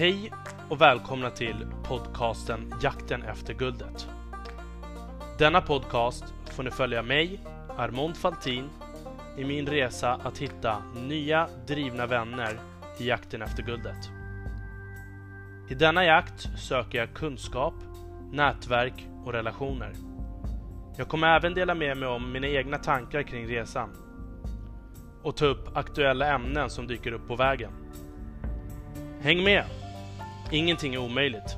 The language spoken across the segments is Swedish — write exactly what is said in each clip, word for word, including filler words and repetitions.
Hej och välkomna till podcasten Jakten efter guldet. Denna podcast får ni följa mig, Armond Faltin, i min resa att hitta nya drivna vänner i jakten efter guldet. I denna jakt söker jag kunskap, nätverk och relationer. Jag kommer även dela med mig om mina egna tankar kring resan och ta upp aktuella ämnen som dyker upp på vägen. Häng med! Ingenting är omöjligt.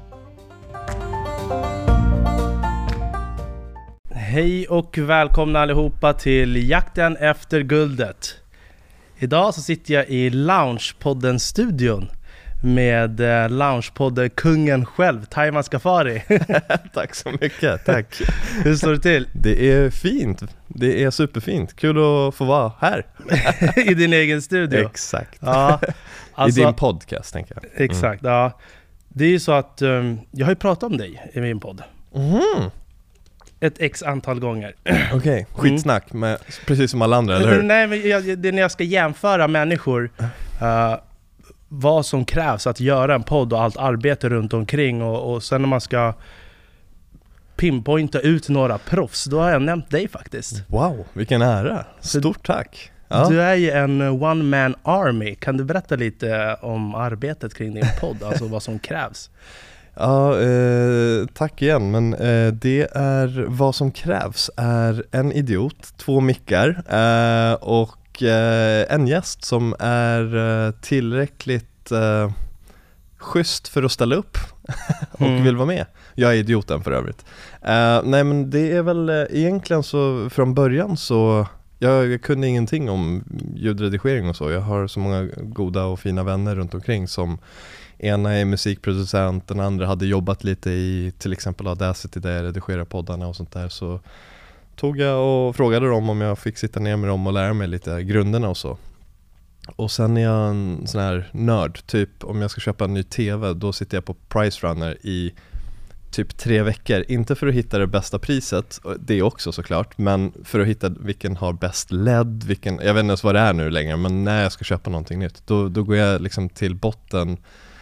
Hej och välkomna allihopa till Jakten efter guldet. Idag så sitter jag i Loungepodden-studion med eh, Loungepodden kungen själv, Taiman Skafari. Tack så mycket, tack. Hur står det till? Det är fint, det är superfint. Kul att få vara här. I din egen studio. Exakt. Ja, alltså, i din podcast, tänker jag. Mm. Exakt, ja. Det är ju så att um, jag har ju pratat om dig i min podd. Mm. Ett x antal gånger. Okej, okay. Skitsnack mm. med, precis som alla andra, eller hur? Nej, men jag, det är när jag ska jämföra människor uh, vad som krävs att göra en podd och allt arbete runt omkring och, och sen när man ska pinpointa ut några proffs, då har jag nämnt dig faktiskt. Wow, vilken ära. Stort tack. Ja. Du är ju en one-man army. Kan du berätta lite om arbetet kring din podd, alltså vad som krävs? Ja, eh, tack igen. Men eh, det är vad som krävs är en idiot, två mickar eh, och eh, en gäst som är eh, tillräckligt eh, schysst för att ställa upp och mm. vill vara med. Jag är idioten för övrigt. Eh, nej, men det är väl eh, egentligen så från början så jag, jag kunde ingenting om ljudredigering och så. Jag har så många goda och fina vänner runt omkring som ena är musikproducent, den andra hade jobbat lite i till exempel Audacity där jag redigerar poddarna och sånt där. Så tog jag och frågade dem om jag fick sitta ner med dem och lära mig lite grunderna och så. Och sen är jag en sån här nörd, typ om jag ska köpa en ny tv, då sitter jag på Price Runner i typ tre veckor, inte för att hitta det bästa priset, det är också såklart, men för att hitta vilken har bäst L E D, vilken, jag vet inte ens vad det är nu längre, men när jag ska köpa någonting nytt, då, då går jag liksom till botten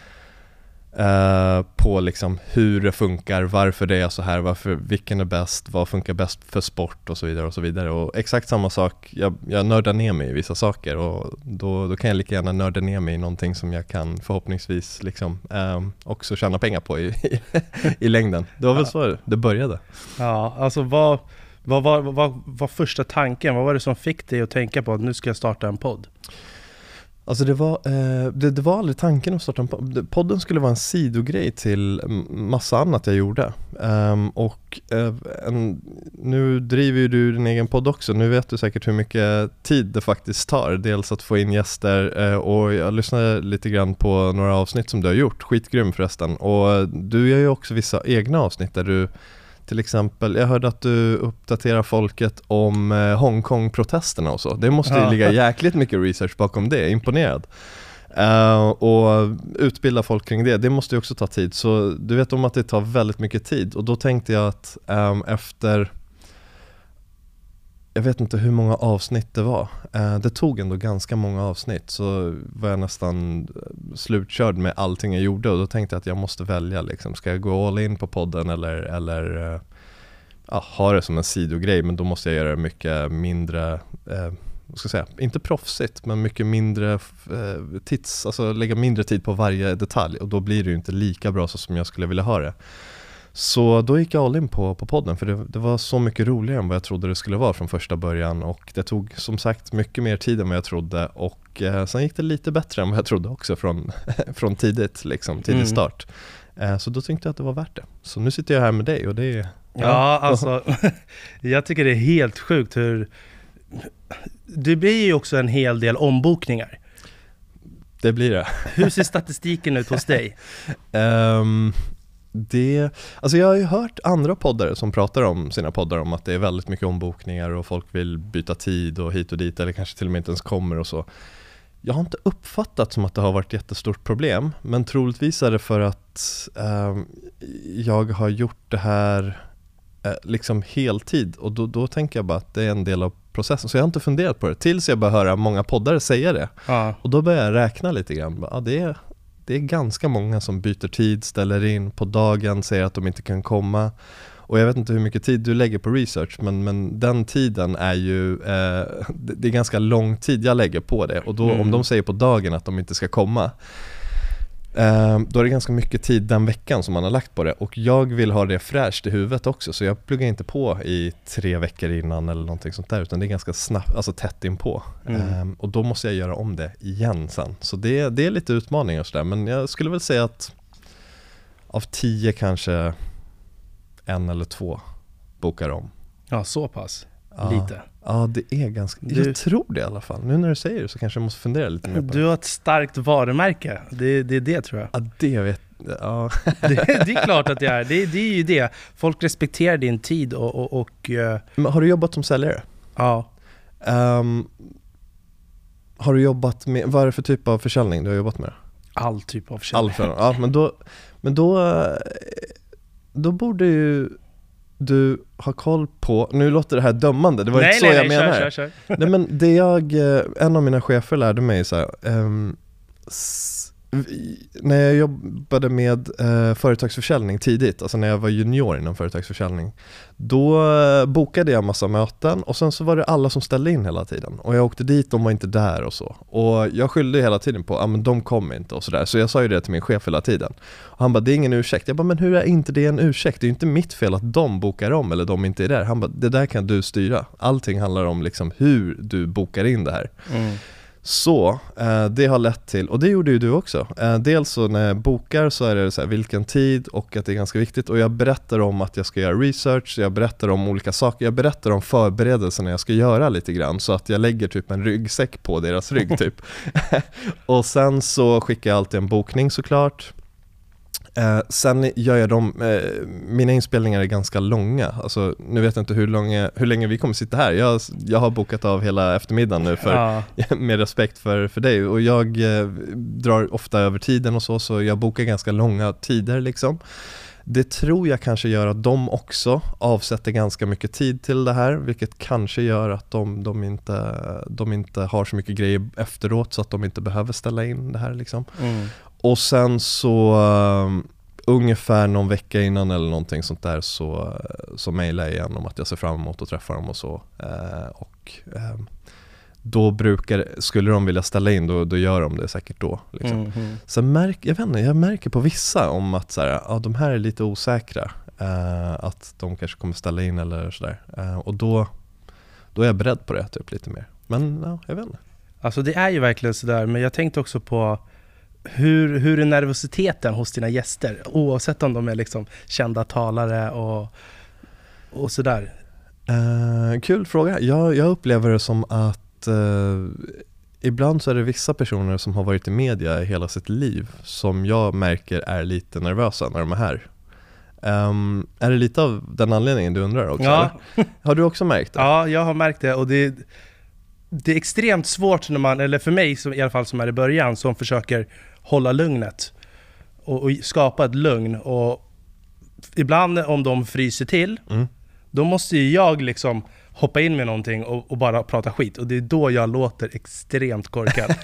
Uh, på liksom hur det funkar, varför det är så här, varför, vilken är bäst, vad funkar bäst för sport och så vidare och så vidare. Och exakt samma sak, jag, jag nördar ner mig i vissa saker och då, då kan jag lika gärna nörda ner mig i någonting som jag kan förhoppningsvis liksom um, också tjäna pengar på i, i, i längden. Det var väl så det började. Ja, alltså vad, vad, vad, vad var första tanken? Vad var det som fick dig att tänka på att nu ska jag starta en podd? Alltså det var, eh, det, det var aldrig tanken att starta en podd. Podden skulle vara en sidogrej till massa annat jag gjorde. Um, och eh, en, nu driver ju du din egen podd också. Nu vet du säkert hur mycket tid det faktiskt tar. Dels att få in gäster eh, och jag lyssnade lite grann på några avsnitt som du har gjort. Skitgrym förresten. Och du gör ju också vissa egna avsnitt där du till exempel, jag hörde att du uppdaterar folket om eh, Hongkong-protesterna och så. Det måste ju ja. ligga jäkligt mycket research bakom det. Imponerad. Uh, och utbilda folk kring det, det måste ju också ta tid. Så du vet om att det tar väldigt mycket tid. Och då tänkte jag att um, efter, jag vet inte hur många avsnitt det var. Uh, det tog ändå ganska många avsnitt. Så var jag nästan slutkörd med allting jag gjorde. Och då tänkte jag att jag måste välja. Liksom. Ska jag gå all in på podden eller, eller uh, ja, ha det som en sidogrej. Men då måste jag göra det mycket mindre, uh, vad ska jag säga, inte proffsigt. Men mycket mindre uh, tids, alltså lägga mindre tid på varje detalj. Och då blir det ju inte lika bra så som jag skulle vilja ha det. Så då gick jag all in på, på podden för det, det var så mycket roligare än vad jag trodde det skulle vara från första början och det tog som sagt mycket mer tid än vad jag trodde och eh, sen gick det lite bättre än vad jag trodde också från, från tidigt, liksom, tidig start. Eh, så då tänkte jag att det var värt det. Så nu sitter jag här med dig och det är... Ja, ja alltså jag tycker det är helt sjukt hur... Det blir ju också en hel del ombokningar. Det blir det. Hur ser statistiken ut hos dig? um... Det, alltså jag har ju hört andra poddare som pratar om sina poddar om att det är väldigt mycket ombokningar och folk vill byta tid och hit och dit eller kanske till och med inte ens kommer och så. Jag har inte uppfattat som att det har varit ett jättestort problem, men troligtvis är det för att eh, jag har gjort det här eh, liksom heltid och då, då tänker jag bara att det är en del av processen. Så jag har inte funderat på det tills jag börjar höra många poddare säga det. Ja. Och då börjar jag räkna lite grann. Ja, det är det är ganska många som byter tid, ställer in på dagen, säger att de inte kan komma. Och jag vet inte hur mycket tid du lägger på research, men, men den tiden är ju, eh, det, det är ganska lång tid jag lägger på det. Och då mm. om de säger på dagen att de inte ska komma, eh, då är det ganska mycket tid den veckan som man har lagt på det. Och jag vill ha det fräscht i huvudet också, så jag pluggar inte på i tre veckor innan eller någonting sånt där, utan det är ganska snabbt, alltså tätt in på. Mm. Eh, och då måste jag göra om det igen sen. Så det, det är lite utmaningar och sådär, men jag skulle väl säga att av tio kanske en eller två bokar om. Ja, så pass. Ja, lite. Ja, det är ganska... Du, jag tror det i alla fall. Nu när du säger det så kanske jag måste fundera lite mer på det. Du har ett starkt varumärke. Det, det är det, tror jag. Ja, det vet ja. det, det är klart att det är. Det, det är ju det. Folk respekterar din tid och... och, och uh... Men har du jobbat som säljare? Ja. Um, har du jobbat med... Vad är det för typ av försäljning du har jobbat med? All typ av försäljning. All för, ja, men då... Men då... Då borde ju du ha koll på, nu låter det här dömande, det var nej, inte så nej, jag nej, menar. Kör, kör, kör. Nej, men det jag, en av mina chefer lärde mig så här, um, s- när jag jobbade med uh, företagsförsäljning tidigt, alltså när jag var junior inom företagsförsäljning, då uh, bokade jag massa möten och sen så var det alla som ställde in hela tiden. Och jag åkte dit, de var inte där och så. Och jag skyllde hela tiden på, ja ah, men de kom inte och sådär. Så jag sa ju det till min chef hela tiden. Och han bara, det är ingen ursäkt. Jag bara, men hur är inte det en ursäkt? Det är ju inte mitt fel att de bokar om eller de inte är där. Han bara, det där kan du styra. Allting handlar om liksom hur du bokar in det här. Mm. Så eh, det har lett till, och det gjorde ju du också, eh, dels så när jag bokar så är det så här, vilken tid och att det är ganska viktigt, och jag berättar om att jag ska göra research, jag berättar om olika saker, jag berättar om förberedelserna jag ska göra lite grann, så att jag lägger typ en ryggsäck på deras rygg typ. Och sen så skickar jag alltid en bokning såklart. Eh, sen gör jag dem, eh, mina inspelningar är ganska långa, alltså nu vet jag inte hur länge, hur länge vi kommer sitta här. Jag, jag har bokat av hela eftermiddagen nu för, ja. med respekt för, för dig, och jag eh, drar ofta över tiden och så, så jag bokar ganska långa tider liksom. Det tror jag kanske gör att de också avsätter ganska mycket tid till det här, vilket kanske gör att de, de, inte, de inte har så mycket grejer efteråt, så att de inte behöver ställa in det här liksom. Mm. Och sen så um, ungefär någon vecka innan eller någonting sånt där så, så mejlar jag igen om att jag ser fram emot att träffa dem och så. Uh, och um, då brukar, skulle de vilja ställa in, då, då gör de det säkert då. Liksom. Mm-hmm. Så märk, jag, vet inte, jag märker på vissa om att så här, ja, de här är lite osäkra. Uh, att de kanske kommer ställa in eller sådär. Uh, och då, då är jag beredd på det typ lite mer. Men ja, jag vet inte. Alltså det är ju verkligen sådär, men jag tänkte också på Hur, hur är nervositeten hos dina gäster? Oavsett om de är liksom kända talare och, och sådär. Uh, kul fråga. Jag, jag upplever det som att uh, ibland så är det vissa personer som har varit i media i hela sitt liv som jag märker är lite nervösa när de är här. Um, är det lite av den anledningen du undrar också? Ja. Har du också märkt det? Ja, jag har märkt det, och det det är extremt svårt när man, eller för mig som, i alla fall som är i början, som försöker hålla lugnet och, och skapa ett lugn, och ibland om de fryser till mm. då måste ju jag liksom hoppa in med någonting och, och bara prata skit, och det är då jag låter extremt korkad.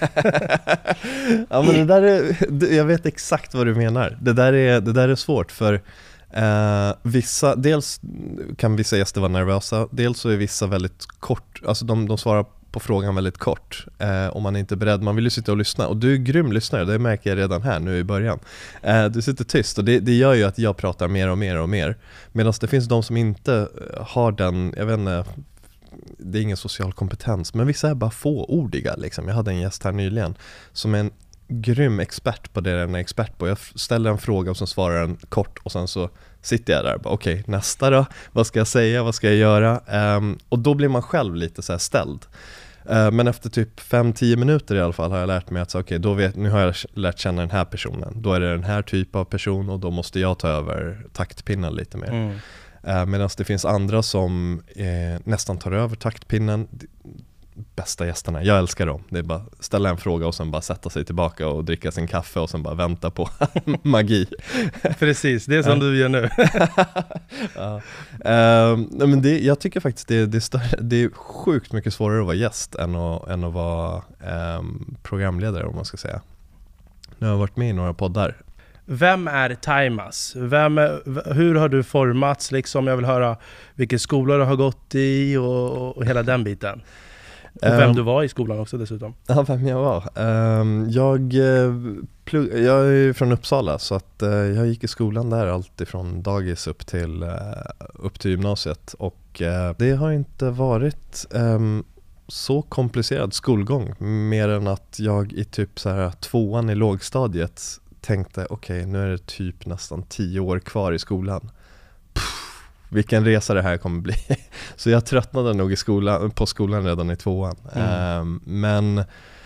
Ja, men det där är, jag vet exakt vad du menar. Det där är, det där är svårt för Uh, vissa, dels kan vissa gäster vara nervösa, dels så är vissa väldigt kort, alltså de, de svarar på frågan väldigt kort uh, om man är inte beredd, man vill ju sitta och lyssna, och du är grym lyssnare, det märker jag redan här nu i början. Uh, du sitter tyst, och det, det gör ju att jag pratar mer och mer och mer, medan det finns de som inte har den, jag vet inte, det är ingen social kompetens, men vissa är bara fåordiga liksom. Jag hade en gäst här nyligen som är en grym expert på det den är expert på. Jag ställer en fråga och sen svarar den kort, och sen så sitter jag där och bara, okej, okay, nästa då, vad ska jag säga, vad ska jag göra? Um, och då blir man själv lite så här ställd. Uh, men efter typ fem till tio minuter i alla fall har jag lärt mig att okej, okay, då vet, nu har jag lärt känna den här personen, då är det den här typ av person, och då måste jag ta över taktpinnen lite mer. Mm. Uh, medan det finns andra som eh, nästan tar över taktpinnen. Bästa gästerna, jag älskar dem. Det är bara ställa en fråga och sen bara sätta sig tillbaka och dricka sin kaffe och sen bara vänta på magi. Precis, det är som du gör nu. Ja. um, men det, jag tycker faktiskt det, det, är större, det är sjukt mycket svårare att vara gäst än att, än att vara um, programledare, om man ska säga. Nu har jag varit med i några poddar. Vem är Taimas? Vem är, hur har du formats? Liksom, jag vill höra vilken skola du har gått i och, och hela den biten. Och vem um, du var i skolan också dessutom. Ja, vem jag var. Um, jag, plugg, jag är från Uppsala, så att, uh, jag gick i skolan där allt ifrån dagis upp till, uh, upp till gymnasiet. Och uh, det har inte varit um, så komplicerad skolgång, mer än att jag i typ så här, tvåan i lågstadiet tänkte okej, okay, nu är det typ nästan tio år kvar i skolan. Puff, vilken resa det här kommer bli. Så jag tröttnade nog i skolan, på skolan redan i tvåan. Mm. Um, men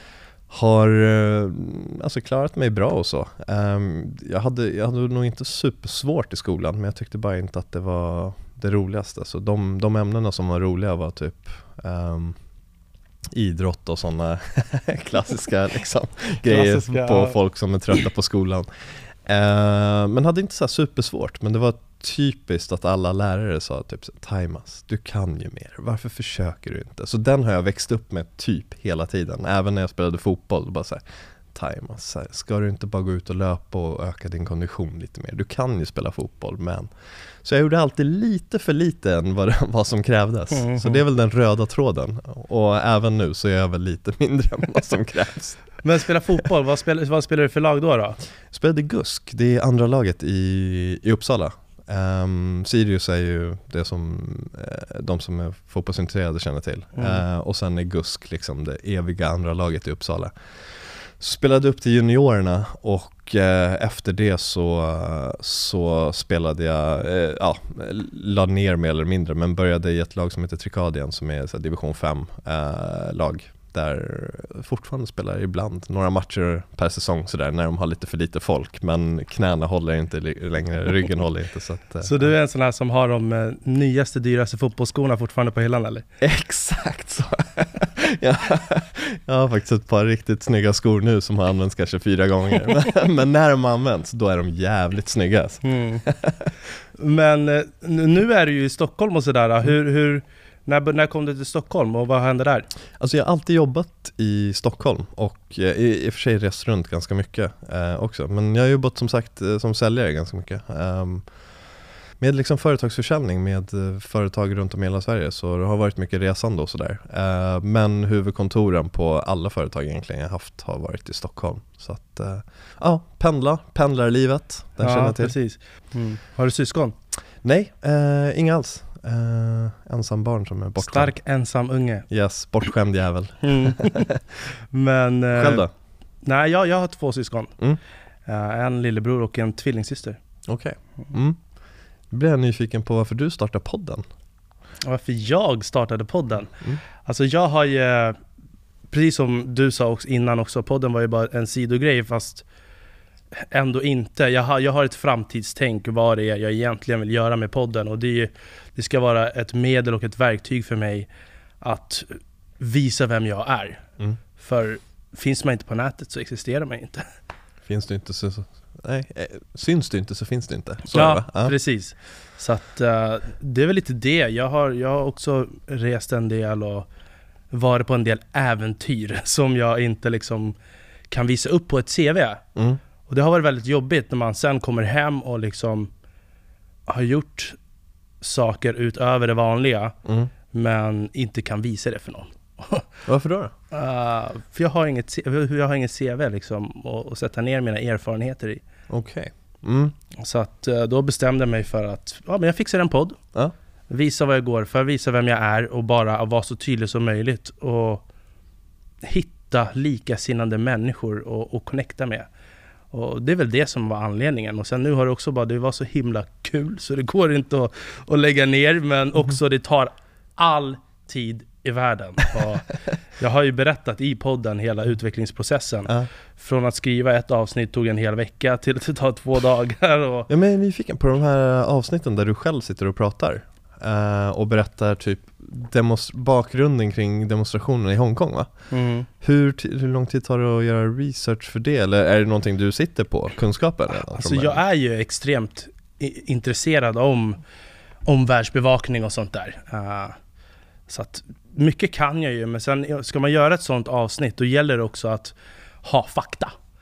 har alltså klarat mig bra och så. Um, jag, hade, jag hade nog inte supersvårt i skolan, men jag tyckte bara inte att det var det roligaste. Så de, de ämnena som var roliga var typ Um, idrott och sådana klassiska liksom, grejer klassiska. På folk som är trötta på skolan. Uh, men hade inte så här supersvårt, men det var typiskt att alla lärare sa typ Taimas, du kan ju mer, varför försöker du inte? Så den har jag växt upp med typ hela tiden, även när jag spelade fotboll. Bara så här, Taimas, ska du inte bara gå ut och löpa och öka din kondition lite mer? Du kan ju spela fotboll, men... Så jag gjorde alltid lite för lite än vad, vad som krävdes. Mm-hmm. Så det är väl den röda tråden. Och även nu så är jag väl lite mindre än vad som krävs. Men spela fotboll, vad spelar, vad spelar du för lag då? då? Jag spelade GUSK, det är andra laget i, i Uppsala. Um, Sirius är ju det som uh, de som är fotbollsintresserade känner till. Mm. Uh, och sen är GUSK liksom det eviga andra laget i Uppsala. Spelade upp till juniorerna och eh, efter det så, så spelade jag, eh, ja, la ner mer eller mindre, men började i ett lag som heter Trikadien som är så här, division fem eh, lag. Där fortfarande spelar ibland några matcher per säsong så där, när de har lite för lite folk, men knäna håller inte längre, ryggen håller inte. Så, att, eh, så du är en sån här som har de eh, nyaste, dyraste fotbollsskorna fortfarande på hyllan, eller? Exakt så. Ja, jag har faktiskt ett par riktigt snygga skor nu som har använts kanske fyra gånger. Men, men när de används, då är de jävligt snygga. Mm. Men nu är du ju i Stockholm och sådär. Hur, hur, när, när kom du till Stockholm och vad hände där? Alltså jag har alltid jobbat i Stockholm och i, i och för sig rest runt ganska mycket eh, också. Men jag har jobbat som sagt som säljare ganska mycket. Um, Med liksom företagsförsäljning med företag runt om i hela Sverige, så det har varit mycket resande och sådär. Uh, men huvudkontoren på alla företag egentligen jag haft har varit i Stockholm. Så att, uh, ja, pendla, pendlarlivet, den ja, känner jag till. Precis. Mm. Har du syskon? Nej, uh, inga alls. Uh, ensam barn som är bortskämd. Stark ensam unge. Yes, bortskämd jävel. Mm. Men, uh, Själv då? Nej, jag, jag har två syskon. Mm. Uh, en lillebror och en tvillingsyster. Okej. Okay. Mm. Nu blir jag nyfiken på varför du startade podden. Varför jag startade podden? Mm. Alltså jag har ju, precis som du sa också innan också, podden var ju bara en sidogrej, fast ändå inte. Jag har, jag har ett framtidstänk vad det är jag egentligen vill göra med podden, och det, är, det ska vara ett medel och ett verktyg för mig att visa vem jag är. Mm. För finns man inte på nätet så existerar man inte. Finns du inte så... Nej, syns du inte så finns det inte. Så ja, ja, precis. Så att uh, det är väl lite det. Jag har, jag har också rest en del och varit på en del äventyr som jag inte liksom kan visa upp på ett C V. Mm. Och det har varit väldigt jobbigt när man sen kommer hem och liksom har gjort saker utöver det vanliga, mm. men inte kan visa det för någon. Varför då? Uh, för jag har inget, jag har inget C V liksom att, att sätta ner mina erfarenheter i. Okej. Okay. Mm. Så att uh, då bestämde jag mig för att ja, men jag fixar en podd. Uh. Visa vad jag går för, visa vem jag är och bara vara så tydlig som möjligt och hitta likasinnande människor och, och connecta med. Och det är väl det som var anledningen. Och sen nu har det också bara, det var så himla kul så det går inte att, att lägga ner, men också det tar all tid i världen. Och jag har ju berättat i podden hela utvecklingsprocessen. Uh. Från att skriva ett avsnitt tog en hel vecka till att ta två dagar. Och... Ja, men jag är nyfiken på de här avsnitten där du själv sitter och pratar uh, och berättar typ demonst- bakgrunden kring demonstrationen i Hongkong, va? Mm. Hur, t- hur lång tid tar det att göra research för det? Eller är det någonting du sitter på? Kunskapen redan? Alltså jag är ju extremt i- intresserad om, om världsbevakning och sånt där. Uh, så att mycket kan jag ju, men sen ska man göra ett sånt avsnitt då gäller det också att ha fakta.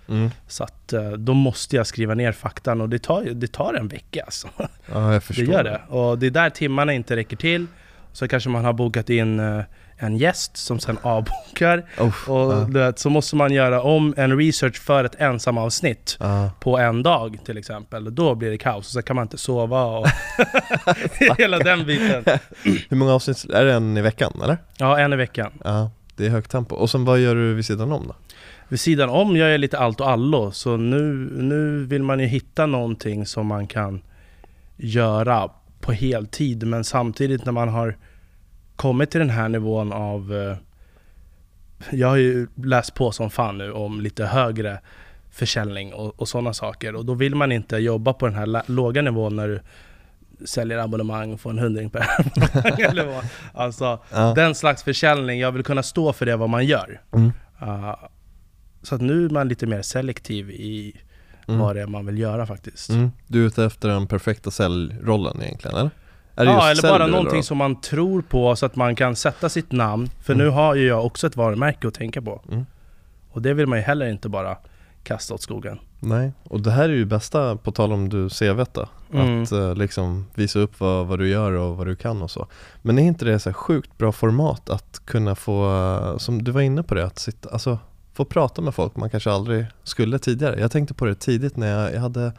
Mm. Så att uh, då måste jag skriva ner faktan och det tar, det tar en vecka alltså. Ja, jag förstår. Det gör det. Och det är där timmarna inte räcker till. Så kanske man har bokat in uh, en gäst som sen avbokar. Oh, och uh. det, så måste man göra om en research för ett ensam avsnitt uh. på en dag till exempel. Då blir det kaos och så kan man inte sova och hela den biten. Hur många avsnitt är det, en i veckan eller? Ja, en i veckan. Ja, det är högt tempo. Och sen vad gör du vid sidan om då? Vid sidan om gör jag lite allt och allo. Så nu, nu vill man ju hitta någonting som man kan göra på heltid. Men samtidigt när man har kommit till den här nivån av... Eh, jag har ju läst på som fan nu om lite högre försäljning och, och sådana saker. Och då vill man inte jobba på den här la- låga nivån när du säljer abonnemang och får en hundring per abonnemang. Eller vad. Alltså, ja. Den slags försäljning, jag vill kunna stå för det vad man gör. Mm. Uh, så att nu är man lite mer selektiv i mm. vad det är man vill göra faktiskt. Mm. Du är ute efter den perfekta säljrollen egentligen, eller? Är Ja, eller bara någonting då? Som man tror på så att man kan sätta sitt namn. För mm. nu har ju jag också ett varumärke att tänka på. Mm. Och det vill man ju heller inte bara kasta åt skogen. Nej, och det här är ju bästa på tal om du C V då. Mm. Att uh, liksom visa upp vad, vad du gör och vad du kan och så. Men är inte det så här sjukt bra format att kunna få, uh, som du var inne på det, att sitta, alltså få prata med folk man kanske aldrig skulle tidigare. Jag tänkte på det tidigt när jag, jag hade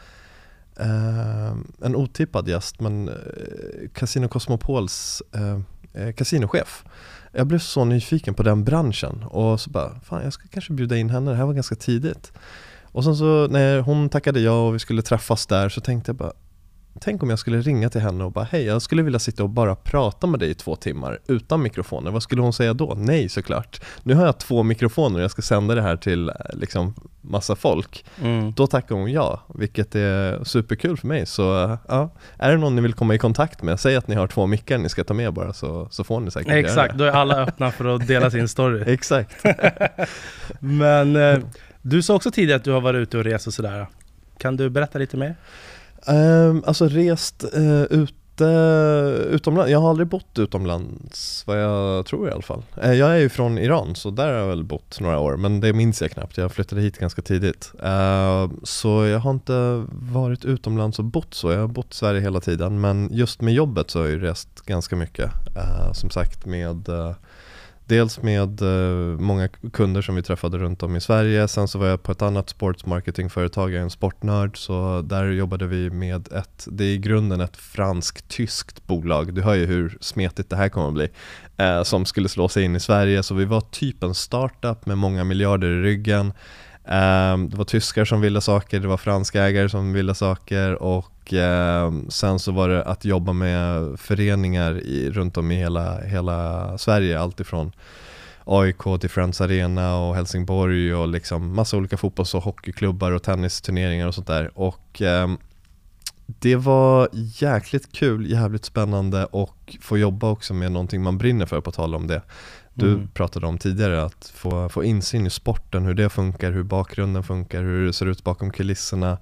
uh, en otippad gäst, men uh, Casino Cosmopols uh, kasinochef. Jag blev så nyfiken på den branschen och så bara, fan jag ska kanske bjuda in henne, det här var ganska tidigt. Och sen så när hon tackade ja och vi skulle träffas där så tänkte jag bara, tänk om jag skulle ringa till henne och bara, hej jag skulle vilja sitta och bara prata med dig i två timmar utan mikrofoner. Vad skulle hon säga då? Nej såklart. Nu har jag två mikrofoner och jag ska sända det här till liksom massa folk. Mm. Då tackar hon ja, vilket är superkul för mig. Så ja, är det någon ni vill komma i kontakt med, säg att ni har två mickar ni ska ta med bara så, så får ni säkert Exakt, göra det. då är alla öppna för att dela sin story. Exakt. Men eh, du sa också tidigare att du har varit ute och rest och sådär. Kan du berätta lite mer? Um, alltså rest uh, ute utomlands. Jag har aldrig bott utomlands, vad jag tror i alla fall. Uh, jag är ju från Iran så där har jag väl bott några år, men det minns jag knappt. Jag flyttade hit ganska tidigt. Uh, så jag har inte varit utomlands och bott så. Jag har bott i Sverige hela tiden, men just med jobbet så har jag ju rest ganska mycket. Uh, som sagt med... Uh, Dels med uh, många kunder som vi träffade runt om i Sverige. Sen så var jag på ett annat sportsmarketingföretag, jag är en sportnörd. Så där jobbade vi med ett, det är i grunden ett fransk-tyskt bolag. Du hör ju hur smetigt det här kommer att bli. Uh, som skulle slå sig in i Sverige. Så vi var typ en startup med många miljarder i ryggen. Uh, det var tyskar som ville saker, det var franska ägare som ville saker. Och Eh, sen så var det att jobba med föreningar i, runt om i hela, hela Sverige, allt ifrån A I K till Friends Arena och Helsingborg och liksom massa olika fotbolls- och hockeyklubbar och tennisturneringar och sånt där. Och eh, det var jäkligt kul, jävligt spännande och få jobba också med någonting man brinner för, på tal om det. Du mm. pratade om tidigare att få, få insyn i sporten, hur det funkar, hur bakgrunden funkar, hur det ser ut bakom kulisserna.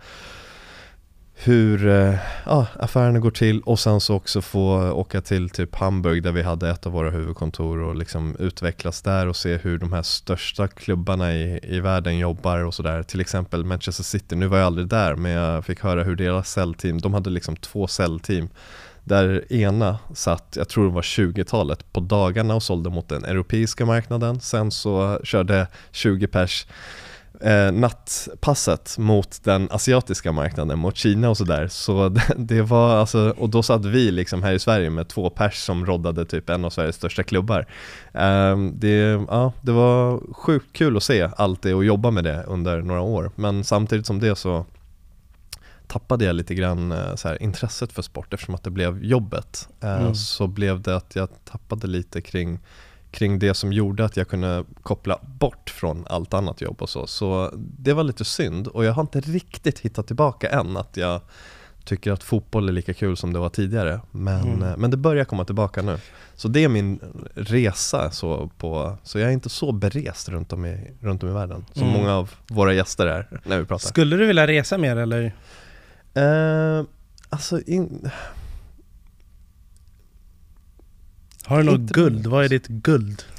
Hur ja, affärerna går till och sen så också få åka till typ Hamburg där vi hade ett av våra huvudkontor och liksom utvecklas där och se hur de här största klubbarna i, i världen jobbar och sådär. Till exempel Manchester City, nu var jag aldrig där men jag fick höra hur deras säljteam, de hade liksom två säljteam där ena satt, jag tror det var tjugotalet på dagarna och sålde mot den europeiska marknaden. Sen så körde tjugo pers Eh, nattpasset mot den asiatiska marknaden, mot Kina och sådär. Så det, det var alltså, och då satt vi liksom här i Sverige med två pers som roddade typ en av Sveriges största klubbar. Eh, det, ja, det var sjukt kul att se allt det och jobba med det under några år. Men samtidigt som det så tappade jag lite grann så här, intresset för sport eftersom att det blev jobbet. Eh, mm. Så blev det att jag tappade lite kring kring det som gjorde att jag kunde koppla bort från allt annat jobb och så. Så det var lite synd och jag har inte riktigt hittat tillbaka än att jag tycker att fotboll är lika kul som det var tidigare. Men, mm. men det börjar komma tillbaka nu. Så det är min resa så på, så jag är inte så berest runt om i, runt om i världen som mm. många av våra gäster är när vi pratar. Skulle du vilja resa mer eller? Uh, alltså in... Har du något guld? Vad är ditt guld?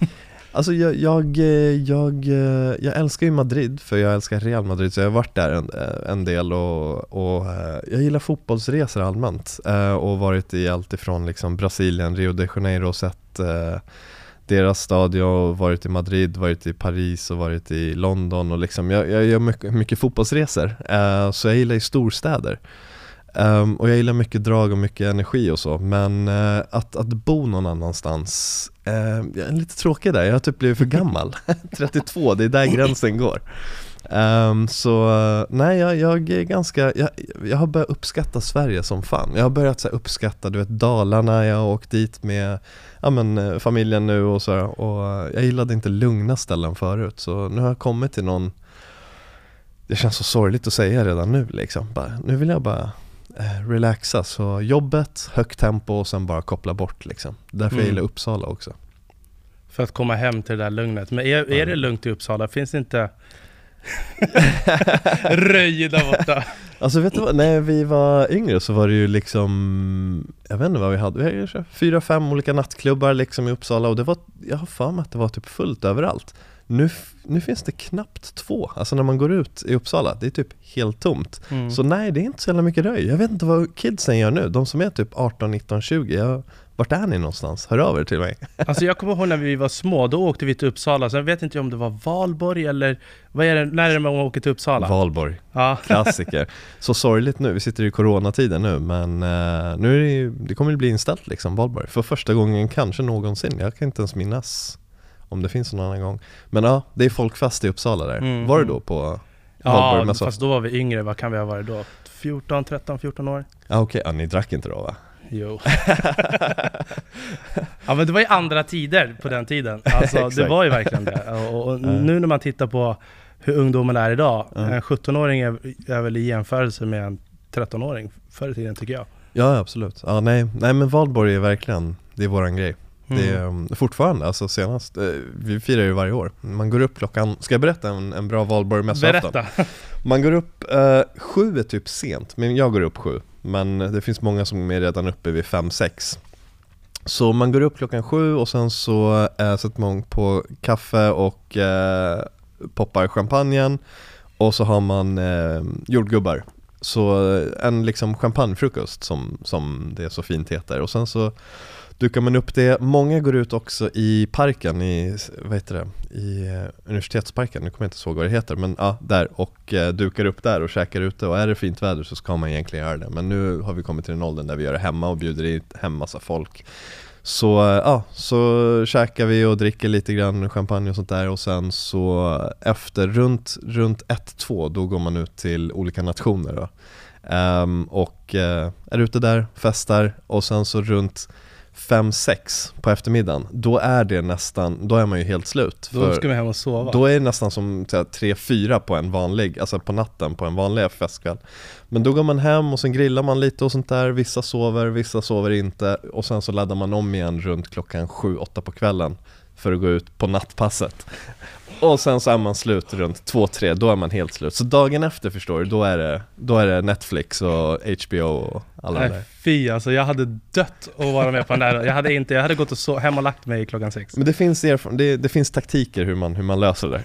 Alltså jag, jag, jag, jag älskar ju Madrid, för jag älskar Real Madrid, så jag har varit där en, en del och, och jag gillar fotbollsresor allmänt och varit i allt ifrån liksom Brasilien, Rio de Janeiro och sett deras stadion, varit i Madrid, varit i Paris och varit i London och liksom, jag, jag gör mycket, mycket fotbollsresor, så jag gillar i storstäder. Um, och jag gillar mycket drag och mycket energi och så. Men uh, att, att bo någon annanstans, uh, jag är lite tråkig där. Jag har typ blivit för gammal. trettiotvå, det är där gränsen går. um, Så uh, nej, jag, jag är ganska jag, jag har börjat uppskatta Sverige som fan. Jag har börjat så här, uppskatta, du vet, Dalarna. Jag har åkt dit med ja, men, familjen nu och så. Och uh, jag gillade inte lugna ställen förut. Så nu har jag kommit till någon. Det känns så sorgligt att säga redan nu liksom. bara, Nu vill jag bara relaxa, så jobbet, högt tempo och sen bara koppla bort liksom. Därför mm. jag gillar Uppsala också. För att komma hem till det där lugnet. Men är, är det lugnt i Uppsala? Finns det inte röj där borta? Alltså vet du vad, när vi var yngre så var det ju liksom, jag vet inte vad vi hade, vi hade fyra, fem olika nattklubbar liksom i Uppsala och det var, jag har för mig att det var typ fullt överallt. Nu, nu finns det knappt två. Alltså när man går ut i Uppsala, det är typ helt tomt. Mm. Så nej, det är inte så jävla mycket röj. Jag vet inte vad kidsen gör nu. De som är typ arton, nitton, tjugo. Jag, vart är ni någonstans? Hör av er till mig. Alltså jag kommer ihåg när vi var små, då åkte vi till Uppsala. Så jag vet inte om det var Valborg eller vad är det, när är det man åker till Uppsala? Valborg, ja. Klassiker. Så sorgligt nu, vi sitter i coronatiden nu. Men uh, nu är det, ju, det kommer bli inställt liksom, Valborg. För första gången kanske någonsin. Jag kan inte ens minnas om det finns någon annan gång. Men ja, det är folkfest i Uppsala där. Mm. Var du då på Valborg? Ja, fast då var vi yngre. Vad kan vi ha varit då? fjorton, tretton, fjorton år? Ja, okej. Okay. Ja, ni drack inte då, va? Jo. Ja, men det var ju andra tider på den tiden. Alltså, det var ju verkligen det. Och, och mm. nu när man tittar på hur ungdomen är idag, mm. en sjutton-åring är, är väl i jämförelse med en tretton-åring förr i tiden, tycker jag. Ja, absolut. Ja, nej, nej, men Valborg är verkligen, det är våran grej. Det är um, fortfarande, alltså senast, eh, vi firar ju varje år. Man går upp klockan, ska jag berätta en, en bra Valborg-mässoafton? Berätta. Man går upp, eh, sju är typ sent, men jag går upp sju. Men det finns många som är redan uppe vid fem, sex. Så man går upp klockan sju och sen så eh, sätter man på kaffe och eh, poppar champagnen. Och så har man eh, jordgubbar. Så en liksom champagnefrukost som, som det så fint heter. Och sen så dukar man upp det. Många går ut också i parken i, vad heter det, i uh, universitetsparken. Nu kommer jag inte ihåg vad det heter, men ja, där. Och uh, dukar upp där och käkar ute. Och är det fint väder så ska man egentligen göra det. Men nu har vi kommit till den åldern där vi gör det hemma och bjuder in hem massa folk. Så uh, ja, så käkar vi och dricker lite grann champagne och sånt där. Och sen så efter runt, runt ett, två, då går man ut till olika nationer då. Um, och uh, är ute där, festar. Och sen så runt fem sex på eftermiddagen, då är det nästan, då är man ju helt slut. Då ska man hem och sova. Då är det nästan som tre fyra på en vanlig, alltså på natten på en vanlig festkväll. Men då går man hem och sen grillar man lite och sånt där. Vissa sover, vissa sover inte. Och sen så laddar man om igen runt klockan sju, åtta på kvällen för att gå ut på nattpasset. Och sen så är man slut runt två, tre, då är man helt slut. Så dagen efter, förstår du, då är det, då är det Netflix och H B O och alla Nej, där. Fy, alltså jag hade dött att vara med på den där. Jag hade inte, jag hade gått och så, hem och lagt mig klockan sex. Men det finns, erf- det, det finns taktiker hur man, hur man löser det.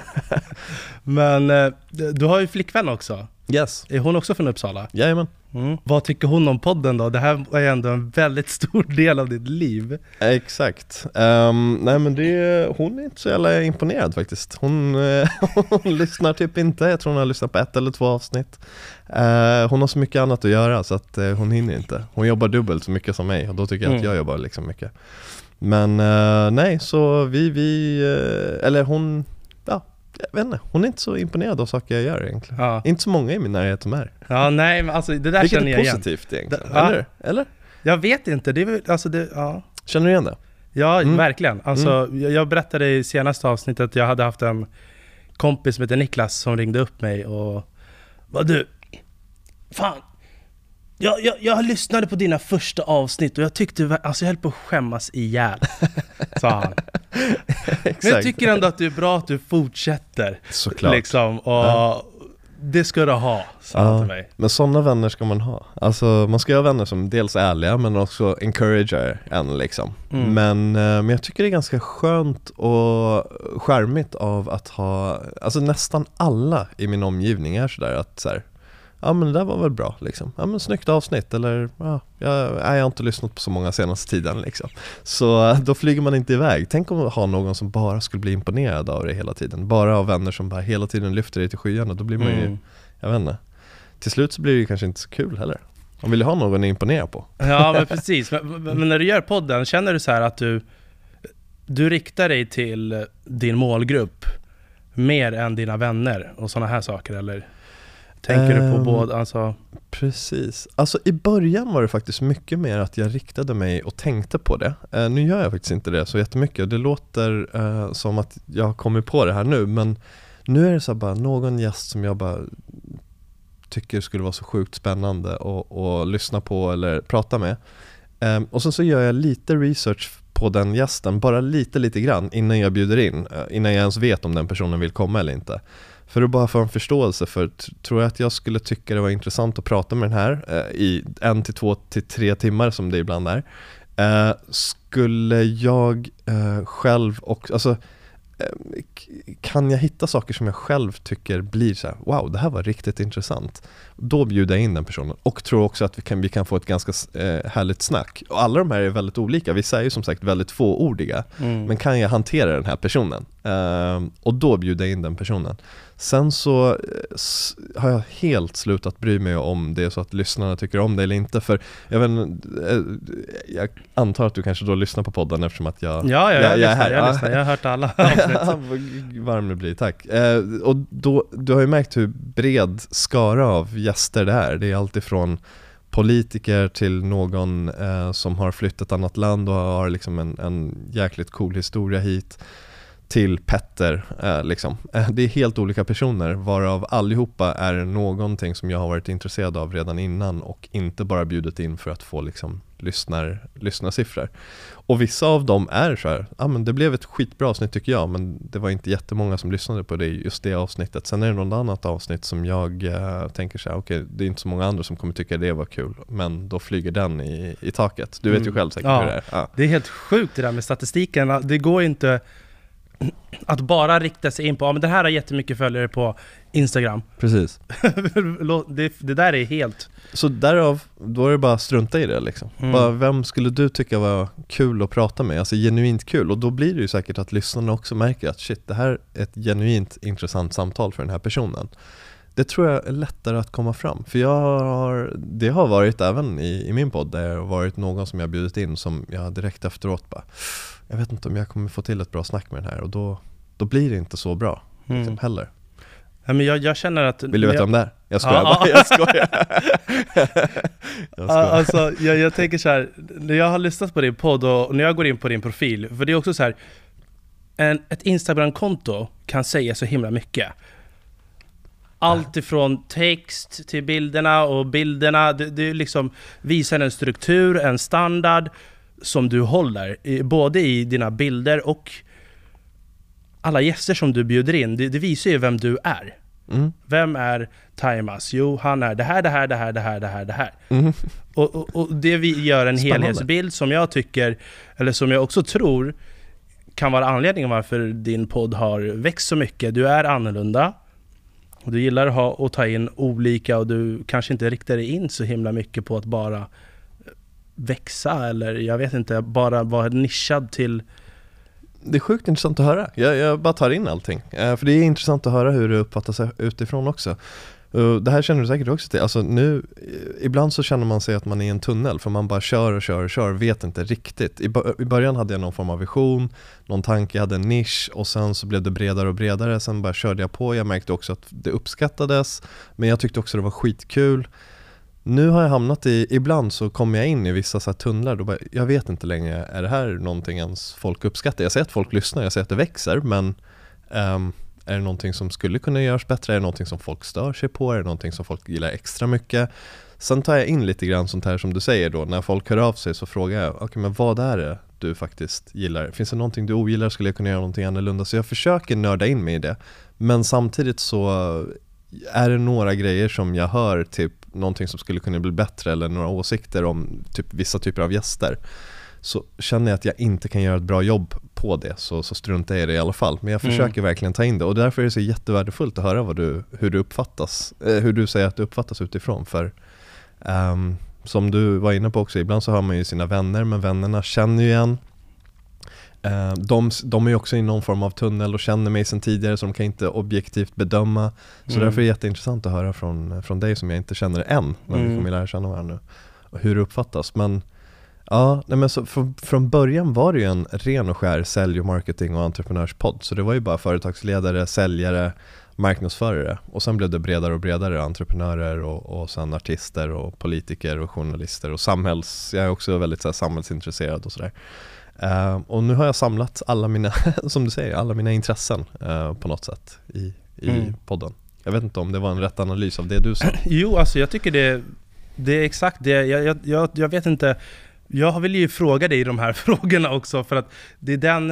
Men eh, du har ju flickvän också. Yes. Är hon också från Uppsala? Jajamän. Mm. Vad tycker hon om podden då? Det här är ändå en väldigt stor del av ditt liv. Exakt. Um, nej men det, hon är inte så jävla imponerad faktiskt. Hon, hon lyssnar typ inte. Jag tror hon har lyssnat på ett eller två avsnitt. Uh, hon har så mycket annat att göra så att uh, hon hinner inte. Hon jobbar dubbelt så mycket som mig och då tycker jag mm. att jag jobbar liksom mycket. Men uh, nej, så vi, vi uh, eller hon, ja, jag vet inte, hon är inte så imponerad av saker jag gör egentligen. Ja. Inte så många i min närhet som är. Ja, nej, men alltså det där Vilket känner jag igen. Vilket är positivt egentligen, da, eller? Ja. Eller? Jag vet inte, det är väl, alltså det, ja. Känner du igen det? Ja, mm. verkligen. Alltså, mm. jag, jag berättade i senaste avsnittet att jag hade haft en kompis som heter Niklas som ringde upp mig och vad du, fan, jag, jag, jag lyssnade på dina första avsnitt och jag tyckte, alltså jag höll på att skämmas ihjäl, sa han. Men jag tycker ändå att det är bra att du fortsätter. Såklart. Liksom, och ja. det ska du ha, sa han till mig. Men sådana vänner ska man ha. Alltså man ska ha vänner som dels är ärliga men också encourager en liksom. Mm. Men, men jag tycker det är ganska skönt och charmigt av att ha, alltså nästan alla i min omgivning är sådär att så här, ja men det där var väl bra liksom. Ja men snyggt avsnitt eller ja, jag, jag har inte lyssnat på så många senaste tiden liksom. Så då flyger man inte iväg. Tänk om att ha någon som bara skulle bli imponerad av det hela tiden. Bara av vänner som bara hela tiden lyfter dig till skyarna. Då blir man ju, mm. jag vet inte. Till slut så blir det ju kanske inte så kul heller. Man vill ju ha någon att imponera på. Ja men precis. Men, men när du gör podden, känner du så här att du du riktar dig till din målgrupp mer än dina vänner och såna här saker eller? Tänker um, du på både, alltså? Precis. Alltså i början var det faktiskt mycket mer att jag riktade mig och tänkte på det. Uh, nu gör jag faktiskt inte det så jättemycket. Det låter uh, som att jag har kommit på det här nu. Men nu är det så bara någon gäst som jag bara tycker skulle vara så sjukt spännande att lyssna på eller prata med. Um, och sen så gör jag lite research på den gästen. Bara lite, lite grann innan jag bjuder in. Uh, innan jag ens vet om den personen vill komma eller inte. För att bara få en förståelse för, t- tror jag att jag skulle tycka det var intressant att prata med den här eh, i en till två till tre timmar som det ibland är. Eh, skulle jag eh, själv och alltså eh, k- kan jag hitta saker som jag själv tycker blir så här, wow, det här var riktigt intressant. Då bjuder jag in den personen och tror också att vi kan, vi kan få ett ganska eh, härligt snack. Och alla de här är väldigt olika. Vissa är ju som sagt väldigt fåordiga. Mm. Men kan jag hantera den här personen? Eh, och då bjuder jag in den personen. Sen så s- har jag helt slutat bry mig om det är så att lyssnarna tycker om det eller inte. För jag, vet, eh, jag antar att du kanske då lyssnar på podden eftersom att jag, ja, ja, jag, jag, jag är här. Jag, lyssnar, jag har hört alla varm det blir, tack. Eh, och då, du har ju märkt hur bred skara av gäster det är. Det är allt ifrån politiker till någon eh, som har flyttat ett annat land och har liksom en, en jäkligt cool historia hit. Till Petter eh, liksom. Eh, det är helt olika personer varav allihopa är någonting som jag har varit intresserad av redan innan och inte bara bjudit in för att få liksom lyssnar, lyssnarsiffror. Och vissa av dem är så här, ja ah, men det blev ett skitbra avsnitt tycker jag, men det var inte jättemånga som lyssnade på det just det avsnittet. Sen är det något annat avsnitt som jag eh, tänker så här, okej, okay, det är inte så många andra som kommer tycka det var kul, men då flyger den i, i taket. Du vet mm. ju själv säkert ja, hur det är. Ja. Det är helt sjukt det där med statistiken. Det går inte att bara rikta sig in på, ja men det här har jättemycket följare på Instagram. Precis. det, det där är helt... Så därav, då är det bara strunta i det liksom. Mm. Bara, vem skulle du tycka var kul att prata med? Alltså genuint kul. Och då blir det ju säkert att lyssnarna också märker att shit, det här är ett genuint intressant samtal för den här personen. Det tror jag är lättare att komma fram. För jag har, det har varit även i, i min podd där det har varit någon som jag bjudit in som jag direkt efteråt bara, jag vet inte om jag kommer få till ett bra snack med den här. Och då, då blir det inte så bra liksom, mm. heller. Ja, men jag, jag känner att... Vill du veta jag... om det här? Jag skojar ah, bara, jag skojar. jag skojar. Alltså, jag, jag tänker så här, när jag har lyssnat på din podd och när jag går in på din profil, för det är också så här, en, ett Instagram-konto kan säga så himla mycket. Allt ifrån text till bilderna och bilderna, det, det liksom visar en struktur, en standard som du håller, både i dina bilder och alla gäster som du bjuder in. Det, det visar ju vem du är. Mm. Vem är Taimas? Jo, han är det här, det här, det här, det här, det här, det här. Mm. Och, och, och det vi gör en Spännande. helhetsbild som jag tycker, eller som jag också tror kan vara anledningen varför din podd har växt så mycket. Du är annorlunda. Och du gillar att, ha, att ta in olika och du kanske inte riktar dig in så himla mycket på att bara växa eller jag vet inte, bara vara nischad till... Det är sjukt intressant att höra. Jag, jag bara tar in allting. Eh, för det är intressant att höra hur det uppfattas utifrån också. Uh, det här känner du säkert också till. Alltså nu, ibland så känner man sig att man är i en tunnel för man bara kör och kör och kör vet inte riktigt. I, I början hade jag någon form av vision, någon tanke, jag hade en nisch och sen så blev det bredare och bredare. Sen bara körde jag på. Jag märkte också att det uppskattades, men jag tyckte också det var skitkul. Nu har jag hamnat i, ibland så kommer jag in i vissa så här tunnlar då bara, jag vet inte längre, är det här någonting ens folk uppskattar? Jag ser att folk lyssnar, jag ser att det växer, men um, är det någonting som skulle kunna göras bättre? Är det någonting som folk stör sig på? Är det någonting som folk gillar extra mycket? Sen tar jag in lite grann sånt här som du säger då, när folk hör av sig så frågar jag, okej okay, men vad är det du faktiskt gillar? Finns det någonting du ogillar? Skulle jag kunna göra någonting annorlunda? Så jag försöker nörda in mig i det, men samtidigt så är det några grejer som jag hör, typ någonting som skulle kunna bli bättre eller några åsikter om typ vissa typer av gäster, så känner jag att jag inte kan göra ett bra jobb på det, så, så struntar jag i det i alla fall. Men jag försöker mm. verkligen ta in det, och därför är det så jättevärdefullt att höra vad du, hur du uppfattas, eh, hur du säger att du uppfattas utifrån. För um, som du var inne på också, ibland så hör man ju sina vänner, men vännerna känner ju igen. Uh, de, de är ju också i någon form av tunnel och känner mig sedan tidigare, så de kan inte objektivt bedöma. Så mm. därför är det jätteintressant att höra från, från dig som jag inte känner än, när mm. vi kommer lära känna varandra nu, och hur det uppfattas. Men ja, nej men så från, från början var det ju en ren och skär sälj- och marketing- och entreprenörspodd. Så det var ju bara företagsledare, säljare, marknadsförare. Och sen blev det bredare och bredare, entreprenörer och, och sen artister och politiker och journalister och samhälls... Jag är också väldigt så här, samhällsintresserad och sådär. Uh, och nu har jag samlat alla mina, som du säger, alla mina intressen uh, på något sätt i, i mm. podden. Jag vet inte om det var en rätt analys av det du sa. Jo, alltså jag tycker det, det är exakt det. Jag, jag, jag, jag vet inte... Jag vill ju fråga dig de här frågorna också, för att det är den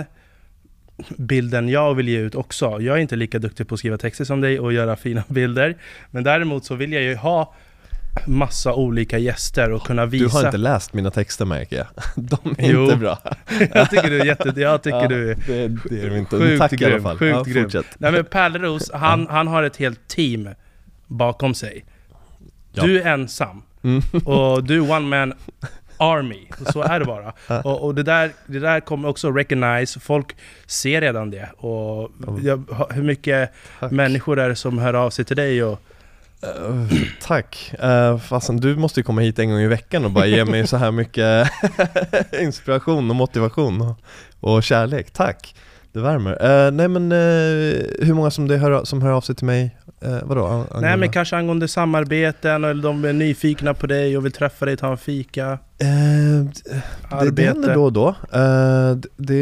bilden jag vill ge ut också. Jag är inte lika duktig på att skriva texter som dig och göra fina bilder, men däremot så vill jag ju ha massa olika gäster och kunna visa. Du har inte läst mina texter, märker jag. De är jo. inte bra. Jag tycker du är jätte, jag tycker ja, du är det, det är inte. Sjukt Tack grym, i alla fall. Sjukt ja, grym. Nej, men Pärleros, han, han har ett helt team bakom sig. Ja. Du är ensam. Mm. Och du är one man army, så är det bara. Och, och det, där, det där kommer också recognize. Folk ser redan det. Och jag, hur mycket Tack. människor är det som hör av sig till dig? Och Uh, tack. Uh, fastän du måste ju komma hit en gång i veckan och bara ge mig så här mycket inspiration och motivation och, och kärlek. Tack. Det värmer. Uh, nej men uh, hur många som det hör, som hör av sig till mig? Uh, vadå? Angående? Nej, men kanske angående samarbeten, eller de är nyfikna på dig och vill träffa dig, ta en fika. Uh, det, det händer då och då. Uh, det,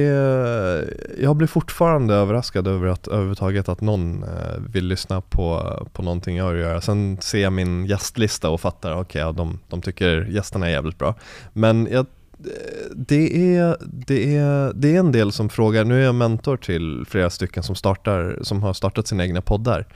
jag blir fortfarande överraskad över att överhuvudtaget att någon uh, vill lyssna på, på någonting jag gör. Sen ser jag min gästlista och fattar, okej, okay, ja, de, de tycker gästerna är jävligt bra. Men jag Det är, det, är, det är en del som frågar. Nu är jag mentor till flera stycken som, startar, som har startat sina egna poddar.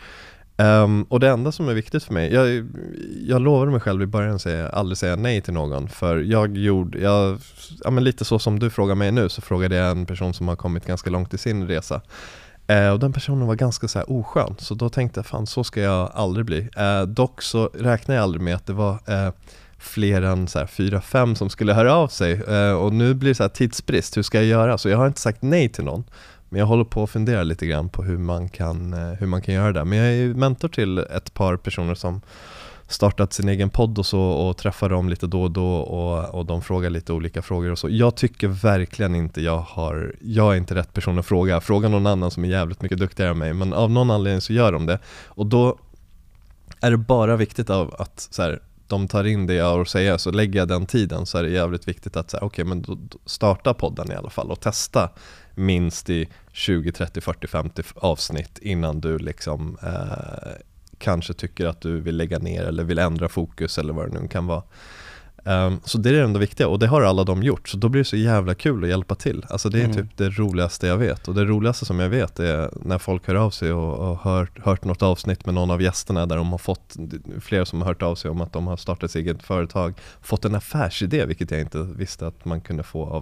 Um, och det enda som är viktigt för mig, jag, jag lovade mig själv i början att säga, aldrig säga nej till någon. För jag gjorde, jag, ja, men lite så som du frågar mig nu, så frågade jag en person som har kommit ganska långt i sin resa. Uh, och den personen var ganska så här oskön. Så då tänkte jag, fan, så ska jag aldrig bli. Uh, dock så räknar jag aldrig med att det var... Uh, fler än så här fyra, fem som skulle höra av sig. Uh, och nu blir det så här tidsbrist. Hur ska jag göra? Så jag har inte sagt nej till någon. Men jag håller på att fundera lite grann på hur man kan, uh, hur man kan göra det. Men jag är mentor till ett par personer som startat sin egen podd och så, och träffar dem lite då och då, och, och de frågar lite olika frågor och så. Jag tycker verkligen inte jag har, jag är inte rätt person att fråga. Fråga någon annan som är jävligt mycket duktigare än mig. Men av någon anledning så gör de det. Och då är det bara viktigt av att så här, de tar in det jag har att säga, så lägger jag den tiden, så är det jävligt viktigt att säga, okej, okay, men då, då starta podden i alla fall och testa minst i tjugo, trettio, fyrtio, femtio avsnitt innan du liksom eh, kanske tycker att du vill lägga ner eller vill ändra fokus eller vad det nu kan vara. Um, så det är det enda viktiga, och det har alla de gjort, så då blir det så jävla kul att hjälpa till. Alltså det är mm. typ det roligaste jag vet, och det roligaste som jag vet är när folk hör av sig och, och hört, hört något avsnitt med någon av gästerna där de har fått, flera som har hört av sig om att de har startat sitt eget företag, fått en affärsidé, vilket jag inte visste att man kunde få av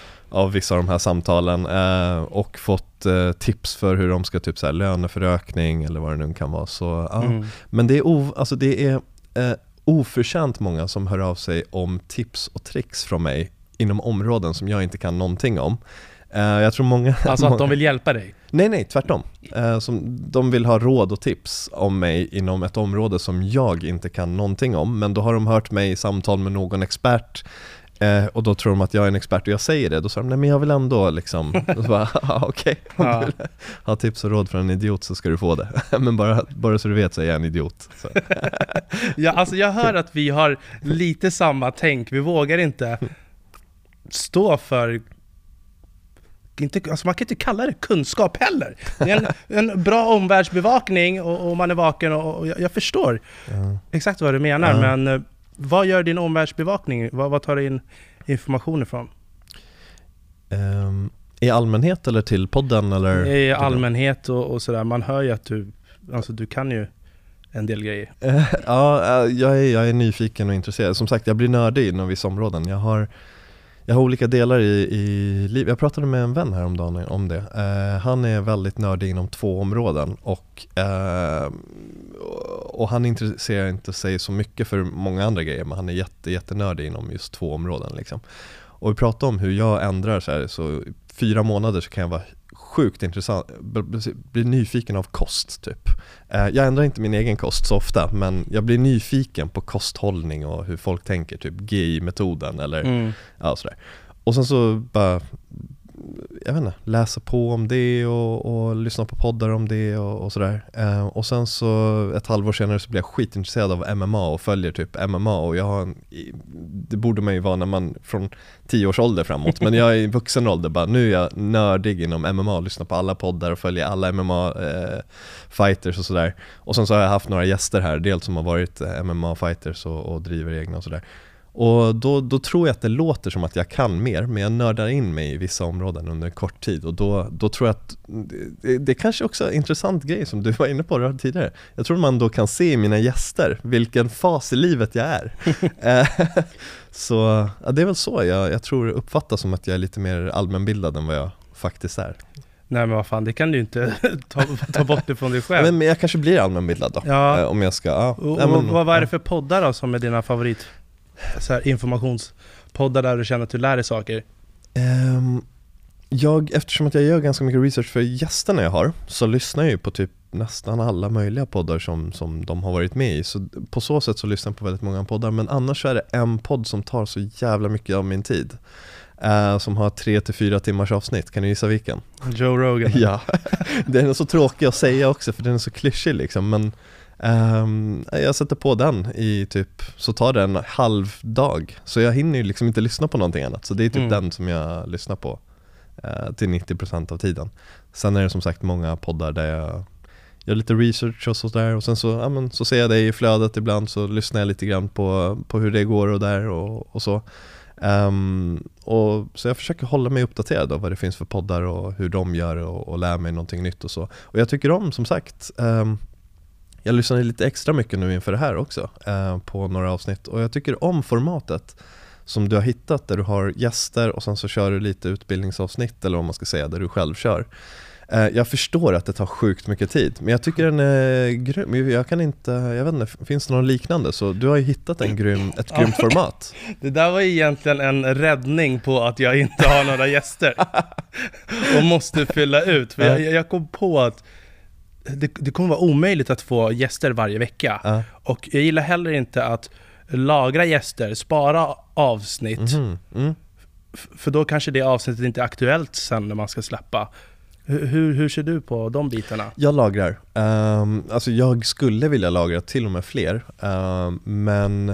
av vissa av de här samtalen, eh, och fått eh, tips för hur de ska typ så här löneförökning eller vad det nu kan vara. Så, ja. mm. Men det är, o, alltså det är eh, oförtjänt många som hör av sig om tips och tricks från mig inom områden som jag inte kan någonting om. Uh, jag tror många... Alltså många, att de vill hjälpa dig? Nej, nej, tvärtom. Uh, som, de vill ha råd och tips om mig inom ett område som jag inte kan någonting om. Men då har de hört mig i samtal med någon expert, uh, och då tror de att jag är en expert och jag säger det. Då säger de, nej men jag vill ändå liksom... Och så bara, okej, om ja. du vill ha tips och råd från en idiot så ska du få det. Men bara, bara så du vet så är jag en idiot. Så. Ja, alltså jag hör att vi har lite samma tänk. Vi vågar inte stå för... Inte, alltså man kan inte kalla det kunskap heller. Det är en, en bra omvärldsbevakning, och, och man är vaken, och, och jag, jag förstår ja. exakt vad du menar. Ja. Men uh, vad gör din omvärldsbevakning? Vad, vad tar du in information ifrån? Um, I allmänhet eller till podden? Eller? I allmänhet och, och sådär. Man hör ju att du, alltså du kan ju en del grejer. Ja, jag är, jag är nyfiken och intresserad. Som sagt, jag blir nördig inom vissa områden. Jag har, jag har olika delar i, i liv. Jag pratade med en vän häromdagen om det. Uh, han är väldigt nördig inom två områden. Och, uh, och han intresserar inte sig så mycket för många andra grejer. Men han är jätte, jättenördig inom just två områden. Liksom. Och vi pratade om hur jag ändrar så här. Så fyra månader så kan jag vara sjukt intressant, blir nyfiken av kost typ. Eh, jag ändrar inte min egen kost så ofta, men jag blir nyfiken på kosthållning och hur folk tänker, typ G I-metoden eller mm. ja, sådär. Och sen så bara, jag vet inte, läsa på om det och, och lyssna på poddar om det och, och sådär. Eh, och sen så ett halvår senare så blir jag skitintresserad av M M A och följer typ M M A och jag har en, det borde man ju vara när man från tio års ålder framåt, men jag är i vuxen ålder bara, nu är jag nördig inom M M A och lyssnar på alla poddar och följer alla M M A eh, fighters och sådär. Och sen så har jag haft några gäster här, dels som har varit M M A fighters och, och driver egna och sådär. Och då, då tror jag att det låter som att jag kan mer, men jag nördar in mig i vissa områden under en kort tid. Och då, då tror jag att det, det är kanske också en intressant grej som du var inne på tidigare. Jag tror man då kan se i mina gäster vilken fas i livet jag är. Så ja, det är väl så jag, jag tror uppfattas som att jag är lite mer allmänbildad än vad jag faktiskt är. Nej men vad fan, det kan du inte ta, ta bort det från dig själv. Men, men jag kanske blir allmänbildad då. Ja. Om jag ska, ja. Och, Nej, men, vad, vad är det för poddar då som är dina favorit? Så här informationspoddar där du känner att du lär dig saker? Um, jag, eftersom att jag gör ganska mycket research för gästerna jag har, så lyssnar jag ju på typ nästan alla möjliga poddar som, som de har varit med i. Så på så sätt så lyssnar jag på väldigt många poddar. Men annars så är det en podd som tar så jävla mycket av min tid. Uh, som har tre till fyra timmars avsnitt. Kan du gissa vilken? Joe Rogan. Ja, den är så tråkig att säga också för den är så klyschig liksom. Men Um, jag sätter på den i typ, så tar det en halv dag. Så jag hinner ju liksom inte lyssna på någonting annat. Så det är typ mm. den som jag lyssnar på uh, till nittio procent av tiden. Sen är det som sagt många poddar där jag gör lite research och sådär. Och sen så, ja, men, så ser jag det i flödet ibland. Så lyssnar jag lite grann på, på hur det går och där och, och så. Um, och så jag försöker hålla mig uppdaterad av vad det finns för poddar och hur de gör och, och lära mig någonting nytt och så. Och jag tycker om, som sagt, um, jag lyssnade lite extra mycket nu inför det här också eh, på några avsnitt. Och jag tycker om formatet som du har hittat där du har gäster och sen så kör du lite utbildningsavsnitt eller vad man ska säga, där du själv kör. Eh, jag förstår att det tar sjukt mycket tid, men jag tycker den är grym. Jag kan inte, jag vet inte, finns det någon liknande? Så du har ju hittat en grym, ett grymt format. Det där var egentligen en räddning på att jag inte har några gäster och måste fylla ut. För jag, jag kom på att Det, det kommer vara omöjligt att få gäster varje vecka. Uh. Och jag gillar heller inte att lagra gäster, spara avsnitt. Mm-hmm. Mm. F- för då kanske det avsnittet inte är aktuellt sen när man ska släppa. H- hur, hur ser du på de bitarna? Jag lagrar. Um, alltså jag skulle vilja lagra till och med fler. Um, men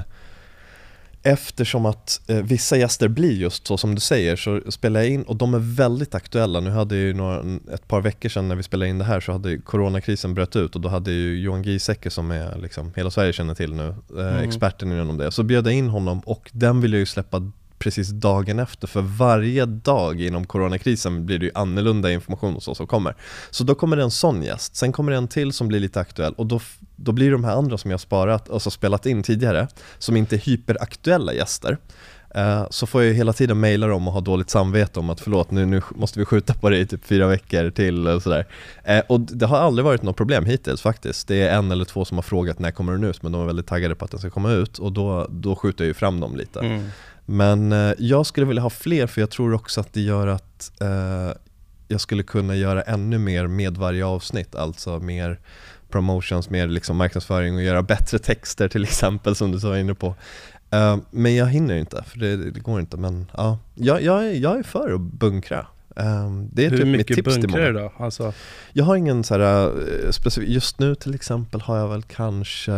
eftersom att eh, vissa gäster blir just så som du säger, så spelar jag in och de är väldigt aktuella. Nu hade ju några, ett par veckor sedan när vi spelade in det här så hade ju coronakrisen bröt ut och då hade ju Johan Giesecke, som är liksom, hela Sverige känner till nu, eh, mm. experten inom det. Så bjöd jag in honom och den vill jag ju släppa precis dagen efter, för varje dag inom coronakrisen blir det ju annorlunda information och så som kommer. Så då kommer det en sån gäst, sen kommer det en till som blir lite aktuell och då, då blir de här andra som jag sparat, alltså spelat in tidigare, som inte är hyperaktuella gäster. Uh, så får jag hela tiden mejla dem och ha dåligt samvete om att förlåt, nu, nu måste vi skjuta på det i typ fyra veckor till och sådär. Uh, och det har aldrig varit något problem hittills faktiskt. Det är en eller två som har frågat när kommer den ut, men de är väldigt taggade på att den ska komma ut och då, då skjuter jag ju fram dem lite. Mm. Men uh, jag skulle vilja ha fler, för jag tror också att det gör att uh, jag skulle kunna göra ännu mer med varje avsnitt, alltså mer promotions, mer liksom marknadsföring och göra bättre texter till exempel, som du var inne på. Uh, men jag hinner inte, för det, det går inte. Men ja, jag, jag, är, jag är för att bunkra. Um, det är Hur typ mycket mitt tips till bunkrar du då? Alltså... Jag har ingen så här uh, specifik. Just nu till exempel har jag väl kanske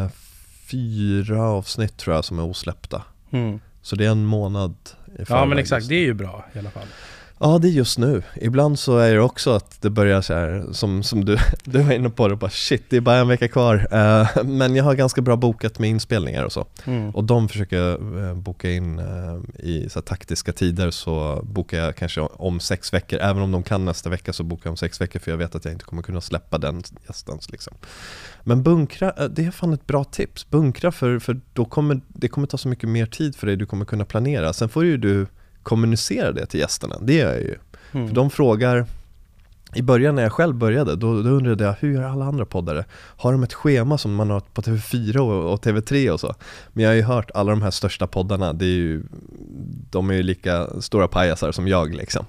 fyra avsnitt tror jag som är osläppta. Mm. Så det är en månad. Ja, men exakt, det är ju bra i alla fall. Ja, det är just nu. Ibland så är det också att det börjar så här, som, som du, du var inne på det, bara shit, det är bara en vecka kvar. Uh, men jag har ganska bra bokat med inspelningar och så. Mm. Och de försöker jag uh, boka in uh, i så här, taktiska tider, så bokar jag kanske om sex veckor. Även om de kan nästa vecka så bokar jag om sex veckor, för jag vet att jag inte kommer kunna släppa den gästens liksom. Men bunkra, uh, det är fan ett bra tips. Bunkra, för, för då kommer det kommer ta så mycket mer tid för dig, du kommer kunna planera. Sen får ju du kommunicera det till gästerna, det gör jag ju. Mm. För de frågar, i början när jag själv började, då, då undrade jag, hur gör alla andra poddare? Har de ett schema som man har på T V fyra och, och T V tre och så? Men jag har ju hört alla de här största poddarna, det är ju, de är ju lika stora pajasar som jag liksom.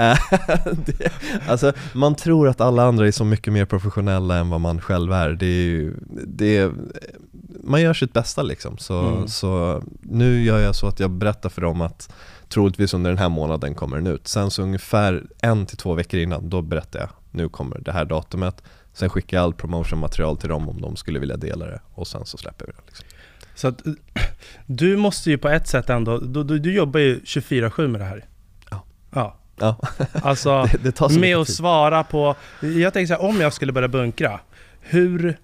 det, alltså, man tror att alla andra är så mycket mer professionella än vad man själv är. Det är ju, det är, man gör sitt bästa liksom. Så, mm. så nu gör jag så att jag berättar för dem att troligtvis under den här månaden kommer den ut. Sen så ungefär en till två veckor innan, då berättar jag, nu kommer det här datumet. Sen skickar jag all promotionmaterial till dem om de skulle vilja dela det. Och sen så släpper vi det liksom. Så att du måste ju på ett sätt ändå, du, du, du jobbar ju tjugofyra sju med det här. Ja. Ja. Ja. Alltså det, det tar med att svara på, jag tänker så här, om jag skulle börja bunkra, hur,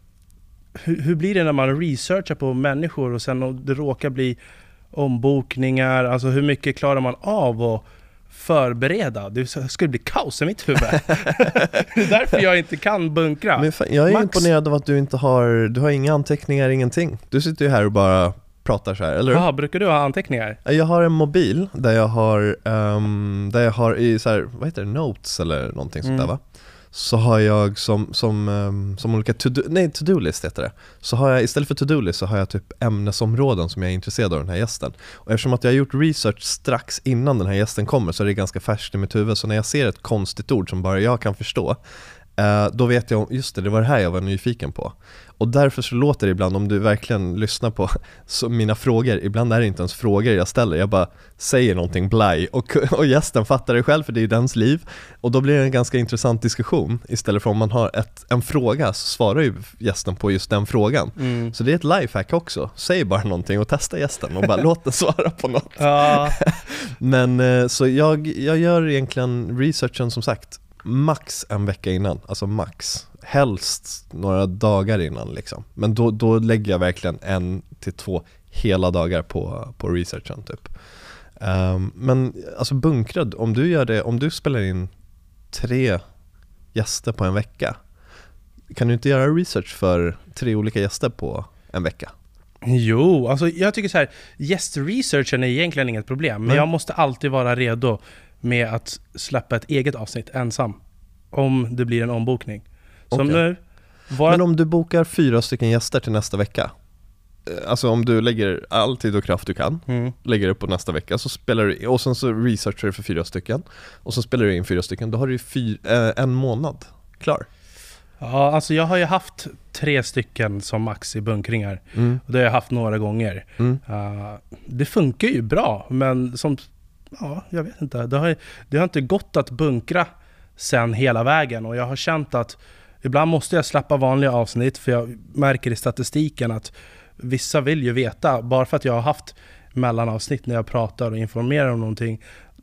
hur, hur blir det när man researchar på människor och sen om det råkar bli ombokningar, alltså hur mycket klarar man av att förbereda? Det skulle bli kaos i mitt huvud. Det är därför jag inte kan bunkra. Men fan, jag är Max. imponerad av att du inte har, du har inga anteckningar, ingenting. Du sitter ju här och bara pratar så här, eller? Ja, brukar du ha anteckningar? Jag har en mobil där jag har um, där jag har i så här, vad heter det, notes eller någonting sånt mm. där va? Så har jag som, som, um, som olika to-do, nej, to-do-list heter det. Så har jag, istället för to-do-list så har jag typ ämnesområden som jag är intresserad av den här gästen. Och eftersom att jag har gjort research strax innan den här gästen kommer, så är det ganska färskt i mitt huvud. Så när jag ser ett konstigt ord som bara jag kan förstå, uh, då vet jag, just det, det var det här jag var nyfiken på. Och därför så låter det ibland, om du verkligen lyssnar på så mina frågor, ibland är det inte ens frågor jag ställer, jag bara säger någonting blaj och, och gästen fattar det själv, för det är ju dens liv. Och då blir det en ganska intressant diskussion. Istället för om man har ett, en fråga, så svarar ju gästen på just den frågan. Mm. Så det är ett lifehack också. Säg bara någonting och testa gästen och bara låt den svara på något. Ja. Men så jag, jag gör egentligen researchen som sagt max en vecka innan, alltså max. Helst några dagar innan liksom. Men då, då lägger jag verkligen en till två hela dagar på, på researchen typ. Um, men alltså bunkrad, om du gör det, om du spelar in tre gäster på en vecka, kan du inte göra research för tre olika gäster på en vecka? Jo, alltså jag tycker så här, gästresearchen är egentligen inget problem, men Nej. jag måste alltid vara redo med att släppa ett eget avsnitt ensam om det blir en ombokning. Som okay. nu, var... Men om du bokar fyra stycken gäster till nästa vecka, alltså om du lägger all tid och kraft du kan, mm. lägger upp på nästa vecka, så spelar du, och sen så researchar du för fyra stycken, och så spelar du in fyra stycken, då har du fyr, äh, en månad klar. Ja, alltså jag har ju haft tre stycken som max i bunkringar, mm. och det har jag haft några gånger. Mm. Uh, det funkar ju bra, men som, ja, jag vet inte, det har, det har inte gått att bunkra sen hela vägen, och jag har känt att ibland måste jag släppa vanliga avsnitt, för jag märker i statistiken att vissa vill ju veta, bara för att jag har haft mellanavsnitt när jag pratar och informerar om någonting,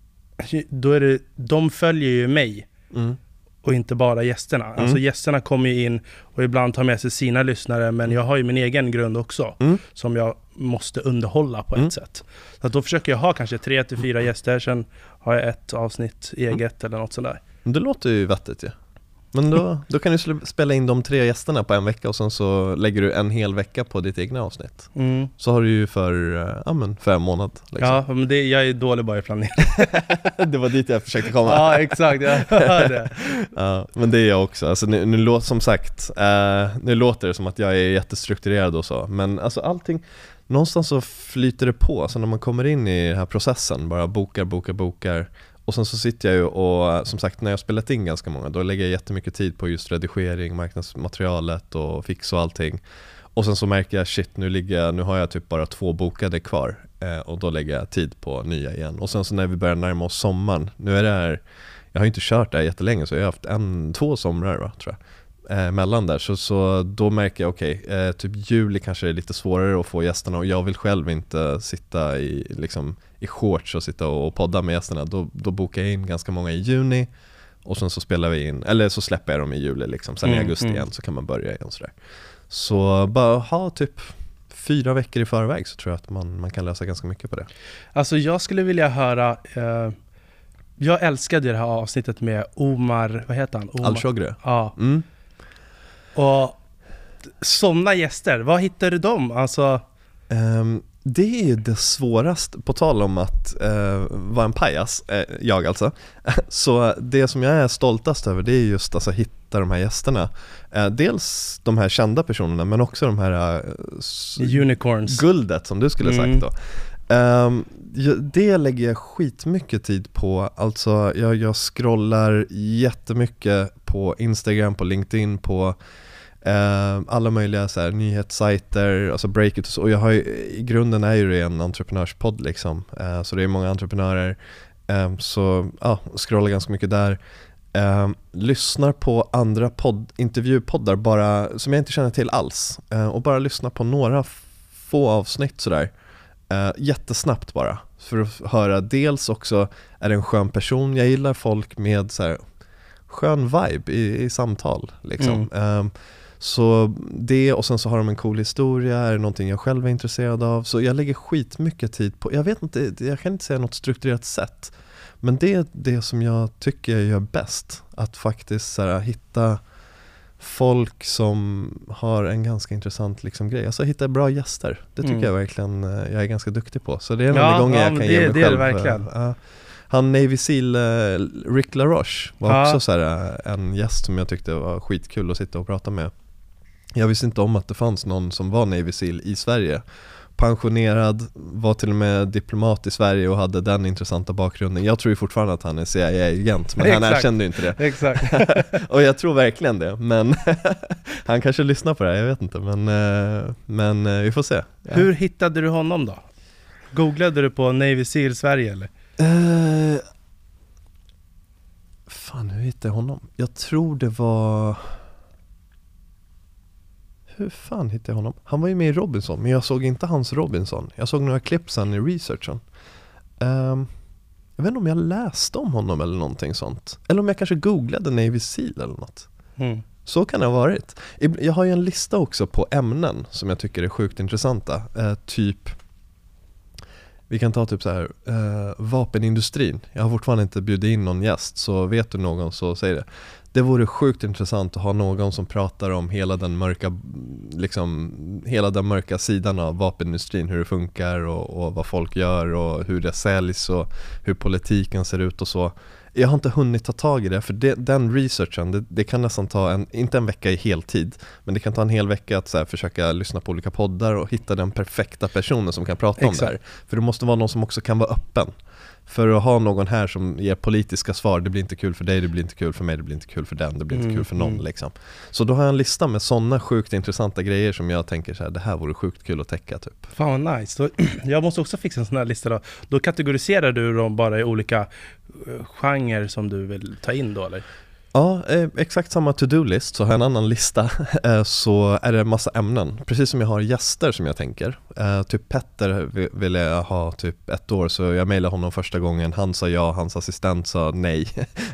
då är det, de följer ju mig mm. och inte bara gästerna. Mm. Alltså gästerna kommer ju in och ibland tar med sig sina lyssnare, men jag har ju min egen grund också mm. som jag måste underhålla på ett mm. sätt. Så att då försöker jag ha kanske tre till fyra gäster, sen har jag ett avsnitt eget mm. eller något sådär. Det låter ju vettigt, ja. Men då, då kan du spela in de tre gästerna på en vecka, och sen så lägger du en hel vecka på ditt egna avsnitt. Mm. Så har du ju för, ja men, för en månad. Liksom. Ja, men det, jag är dålig bara i planering. Det var dit jag försökte komma. Ja, exakt. Jag hör det. Ja, men det är jag också. Alltså, nu, nu låter som sagt, eh, nu låter det som att jag är jättestrukturerad och så. Men alltså allting, någonstans så flyter det på. Alltså när man kommer in i den här processen, bara bokar, bokar, bokar. Och sen så sitter jag ju och, som sagt, när jag har spelat in ganska många, då lägger jag jättemycket tid på just redigering, marknadsmaterialet och fix och allting. Och sen så märker jag, shit, nu, ligger jag, nu har jag typ bara två bokade kvar, eh, och då lägger jag tid på nya igen. Och sen så när vi börjar närma oss sommaren, nu är det här, jag har inte kört det här jättelänge, så jag har haft en, två somrar va, tror jag. eh, mellan där. Så, så då märker jag, okej, okay, eh, typ juli kanske är lite svårare att få gästerna, och jag vill själv inte sitta i, liksom, i shorts och sitta och podda med gästerna. Då, då bokar jag in ganska många i juni, och sen så spelar vi in, eller så släpper jag dem i juli liksom. Sen mm, i augusti mm. igen så kan man börja igen sådär. Så bara ha typ fyra veckor i förväg, så tror jag att man, man kan lösa ganska mycket på det. Alltså jag skulle vilja höra, eh, jag älskade det här avsnittet med Omar, vad heter han? Omar. Al-Shogre. Ja. Mm. Och sådana gäster, vad hittar du dem? Alltså... Um, det är ju det svåraste, på tal om att uh, vara en pajas, uh, jag alltså. Så det som jag är stoltast över, det är just alltså, hitta de här gästerna. Uh, dels de här kända personerna, men också de här uh, unicorns, guldet som du skulle mm. sagt då. Um, det lägger jag skitmycket tid på. Alltså jag, jag scrollar jättemycket på Instagram, på LinkedIn, på Uh, alla möjliga så här, nyhetssajter, alltså Breakit och så. Och jag har ju, i grunden är ju det en entreprenörspodd liksom. Uh, så det är många entreprenörer. Uh, så ja, uh, scrollar ganska mycket där. Uh, lyssnar på andra podd, intervjupoddar bara, som jag inte känner till alls. Uh, och bara lyssnar på några f- få avsnitt sådär. Uh, jättesnabbt bara. För att höra, dels också är det en skön person. Jag gillar folk med så här, skön vibe i, i samtal liksom. Mm. Uh, Så det, och sen så har de en cool historia, är det någonting jag själv är intresserad av. Så jag lägger skitmycket tid på, jag vet inte, jag kan inte säga något strukturerat sätt. Men det är det som jag tycker jag gör bäst. Att faktiskt så här, hitta folk som har en ganska intressant liksom, grej. Alltså hitta bra gäster, det tycker mm. jag verkligen jag är ganska duktig på. Så det är en ja, gång ja, jag kan det, ge mig det själv. Är det verkligen. Uh, han Navy Seal, uh, Rick LaRoche var ja. också så här, en gäst som jag tyckte var skitkul att sitta och prata med. Jag visste inte om att det fanns någon som var Navy Seal i Sverige. Pensionerad, var till och med diplomat i Sverige och hade den intressanta bakgrunden. Jag tror ju fortfarande att han är C I A-agent, men han erkände ju inte det. Exakt. Och jag tror verkligen det, men han kanske lyssnar på det här, jag vet inte. Men, men vi får se. Ja. Hur hittade du honom då? Googlade du på Navy Seal Sverige eller? Uh, fan, hur hittade jag honom? Jag tror det var... Hur fan hittade jag honom? Han var ju med i Robinson, men jag såg inte hans Robinson. Jag såg några klipp sen i researchen. Um, jag vet inte om jag läste om honom eller någonting sånt. Eller om jag kanske googlade Navy Seal eller något. Mm. Så kan det ha varit. Jag har ju en lista också på ämnen som jag tycker är sjukt intressanta. Uh, typ, vi kan ta typ så här, uh, vapenindustrin. Jag har fortfarande inte bjudit in någon gäst, så vet du någon så säg det. Det vore sjukt intressant att ha någon som pratar om hela den mörka, liksom, hela den mörka sidan av vapenindustrin, hur det funkar och, och vad folk gör och hur det säljs och hur politiken ser ut och så. Jag har inte hunnit ta tag i det, för det, den researchen, det, det kan nästan ta en, inte en vecka i heltid, men det kan ta en hel vecka att så här, försöka lyssna på olika poddar och hitta den perfekta personen som kan prata Exakt. om det här. För det måste vara någon som också kan vara öppen. För att ha någon här som ger politiska svar, det blir inte kul för dig, det blir inte kul för mig, det blir inte kul för den, det blir inte mm, kul för någon mm. liksom. Så då har jag en lista med sådana sjukt intressanta grejer som jag tänker så här, det här vore sjukt kul att täcka typ. Fan vad nice. Då, jag måste också fixa en sån här lista då. Då kategoriserar du dem bara i olika genrer som du vill ta in då eller? Ja, eh, exakt samma to-do-list. Så har jag en annan lista eh, så är det massa ämnen. Precis som jag har gäster som jag tänker. Eh, typ Petter ville jag ha typ ett år, så jag mejlade honom första gången. Han sa ja, hans assistent sa nej.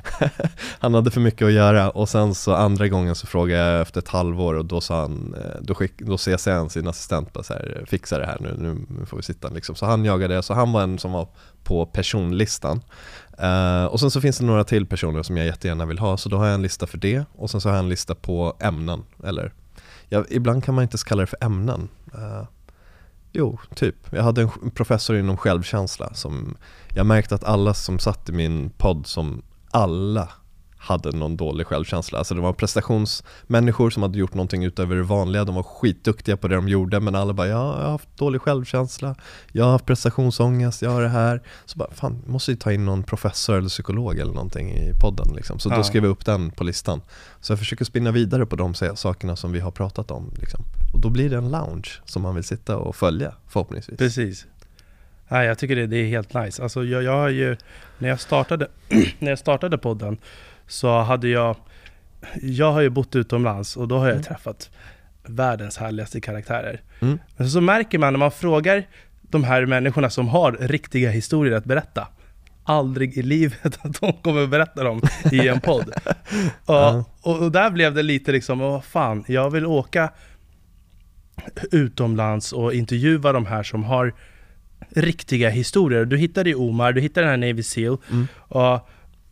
Han hade för mycket att göra. Och sen så andra gången så frågade jag efter ett halvår och då sa han, då, skick, då C C han sin assistent bara så här, fixa det här nu, nu får vi sitta liksom. Så han jagade det, så han var en som var på personlistan. Uh, och sen så finns det några till personer som jag jättegärna vill ha, så då har jag en lista för det, och sen så har jag en lista på ämnen, eller ja, ibland kan man inte kalla det för ämnen. Uh, jo, typ. Jag hade en professor inom självkänsla som jag märkte att alla som satt i min podd, som alla hade någon dålig självkänsla. Alltså det var prestationsmänniskor som hade gjort någonting utöver det vanliga. De var skitduktiga på det de gjorde, men alla bara, ja, jag har haft dålig självkänsla, jag har haft prestationsångest, jag har det här. Så bara, fan, måste ju ta in någon professor eller psykolog eller någonting i podden liksom. Så ja. Då skrev jag upp den på listan. Så jag försöker spinna vidare på de sakerna som vi har pratat om liksom. Och då blir det en lounge som man vill sitta och följa, förhoppningsvis. Precis. Nej, jag tycker det, det är helt nice. Alltså jag, jag har ju, när jag startade när jag startade podden så hade jag jag har ju bott utomlands och då har jag Mm. träffat världens härligaste karaktärer. Mm. Men så märker man när man frågar de här människorna som har riktiga historier att berätta, aldrig i livet att de kommer att berätta dem i en podd. Ja. och, och där blev det lite liksom, vad fan, jag vill åka utomlands och intervjua de här som har riktiga historier. Du hittade ju Omar, du hittade den här Navy Seal. Mm. Och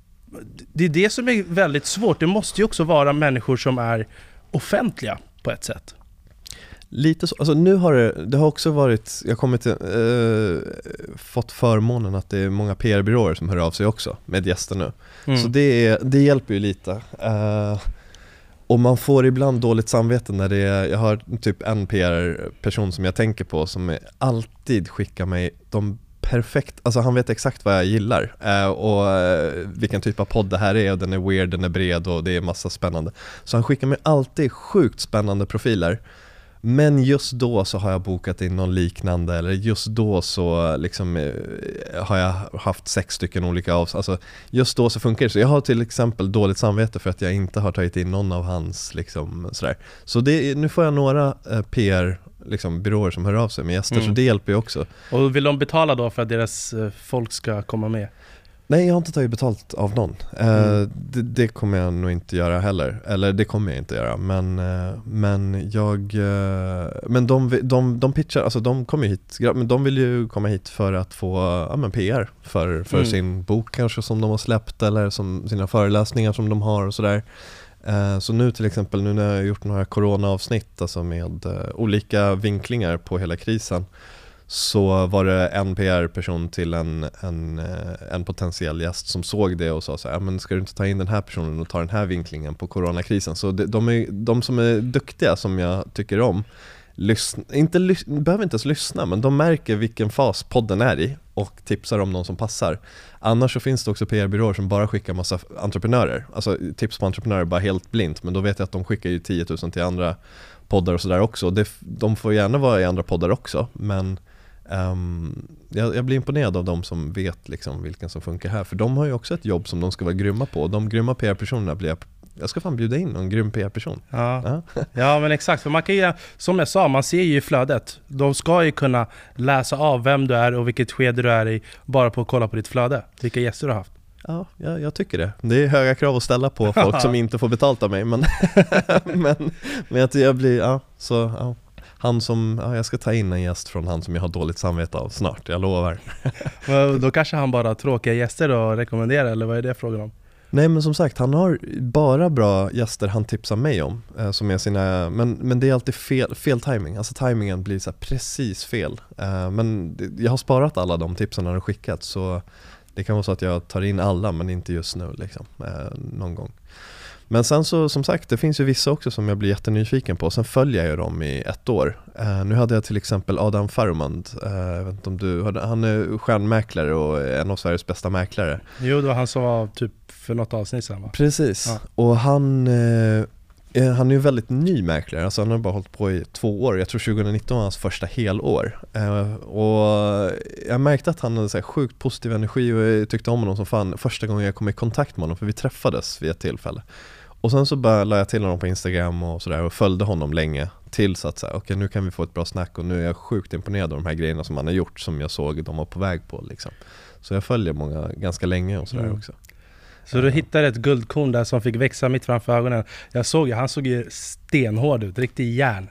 det är det som är väldigt svårt. Det måste ju också vara människor som är offentliga på ett sätt. Lite så, alltså nu har det, det har också varit, jag har kommit till, eh, fått förmånen att det är många P R-byråer som hör av sig också med gäster nu. Mm. Så det, är, det hjälper ju lite. Eh, och man får ibland dåligt samvete när det är, jag har typ en P R-person som jag tänker på som är, alltid skickar mig de perfekt, alltså han vet exakt vad jag gillar eh, och eh, vilken typ av podd det här är, och den är weird, den är bred och det är massa spännande. Så han skickar mig alltid sjukt spännande profiler. Men just då så har jag bokat in någon liknande, eller just då så liksom eh, har jag haft sex stycken olika avs. Alltså just då så funkar det. Så jag har till exempel dåligt samvete för att jag inte har tagit in någon av hans liksom sådär. Så det, nu får jag några eh, P R liksom byråer som hör av sig med gäster, Mm. så det hjälper ju också. Och vill de betala då för att deras eh, folk ska komma med? Nej, jag har inte tagit betalt av någon. Mm. Eh, det, det kommer jag nog inte göra heller. Eller det kommer jag inte göra. Men, eh, men jag... Eh, men de, vi- de, de pitchar, alltså de kommer hit. Men de vill ju komma hit för att få ja, men P R för, för Mm. sin bok kanske som de har släppt. Eller som sina föreläsningar som de har och sådär. Eh, så nu till exempel, nu när jag har gjort några corona-avsnitt alltså med eh, olika vinklingar på hela krisen, så var det en P R-person till en, en, eh, en potentiell gäst som såg det och sa så här, men ska du inte ta in den här personen och ta den här vinklingen på coronakrisen? Så det, de, är, de som är duktiga, som jag tycker om, lyssna, inte, lys, behöver inte ens lyssna, men de märker vilken fas podden är i och tipsar om någon som passar. Annars så finns det också P R-byråer som bara skickar massa entreprenörer, alltså tips på entreprenörer bara helt blint, men då vet jag att de skickar ju tio tusen till andra poddar och sådär också. Det, de får gärna vara i andra poddar också, men Um, jag, jag blir imponerad av de som vet liksom vilken som funkar här. För de har ju också ett jobb som de ska vara grymma på. De grymma P R-personerna blir jag, jag ska fan bjuda in någon grym P R-person. Ja. Ja. Ja, men exakt. För man kan ju, som jag sa, man ser ju i flödet. De ska ju kunna läsa av vem du är och vilket skede du är i bara på att kolla på ditt flöde. Vilka gäster du har haft. Ja, jag, jag tycker det. Det är höga krav att ställa på folk som inte får betalt av mig. Men, men, men jag, jag blir, ja, så ja. Han som, ja, jag ska ta in en gäst från han som jag har dåligt samvete av snart, jag lovar. Men då kanske han bara har tråkiga gäster att rekommendera, eller vad är det frågan om? Nej, men som sagt, han har bara bra gäster han tipsar mig om eh, som är sina, men, men det är alltid fel, fel timing. Alltså timingen blir så här precis fel. Eh, men det, jag har sparat alla de tipsen han har skickat, så det kan vara så att jag tar in alla, men inte just nu liksom, eh, någon gång. Men sen så, som sagt, det finns ju vissa också som jag blir jättenyfiken på. Sen följer jag ju dem i ett år. Uh, nu hade jag till exempel Adam Farumand. Uh, jag vet inte om du hörde, han är stjärnmäklare och en av Sveriges bästa mäklare. Jo, det var han som var typ för något avsnitt sen, va? Precis. Ja. Och han, uh, han är ju väldigt ny mäklare. Alltså han har bara hållit på i två år. Jag tror tjugonitton var hans första helår. Uh, och jag märkte att han hade så här sjukt positiv energi och jag tyckte om honom som fan första gången jag kom i kontakt med honom. För vi träffades vid ett tillfälle. Och sen så bara la jag till honom på Instagram och sådär och följde honom länge tills att säga, okej, okay, nu kan vi få ett bra snack och nu är jag sjukt imponerad av de här grejerna som han har gjort som jag såg de var på väg på liksom. Så jag följer många ganska länge och sådär mm. också. Så du hittade ett guldkorn där som fick växa mitt framför ögonen. Jag såg ju, han såg ju stenhård ut, riktigt järn.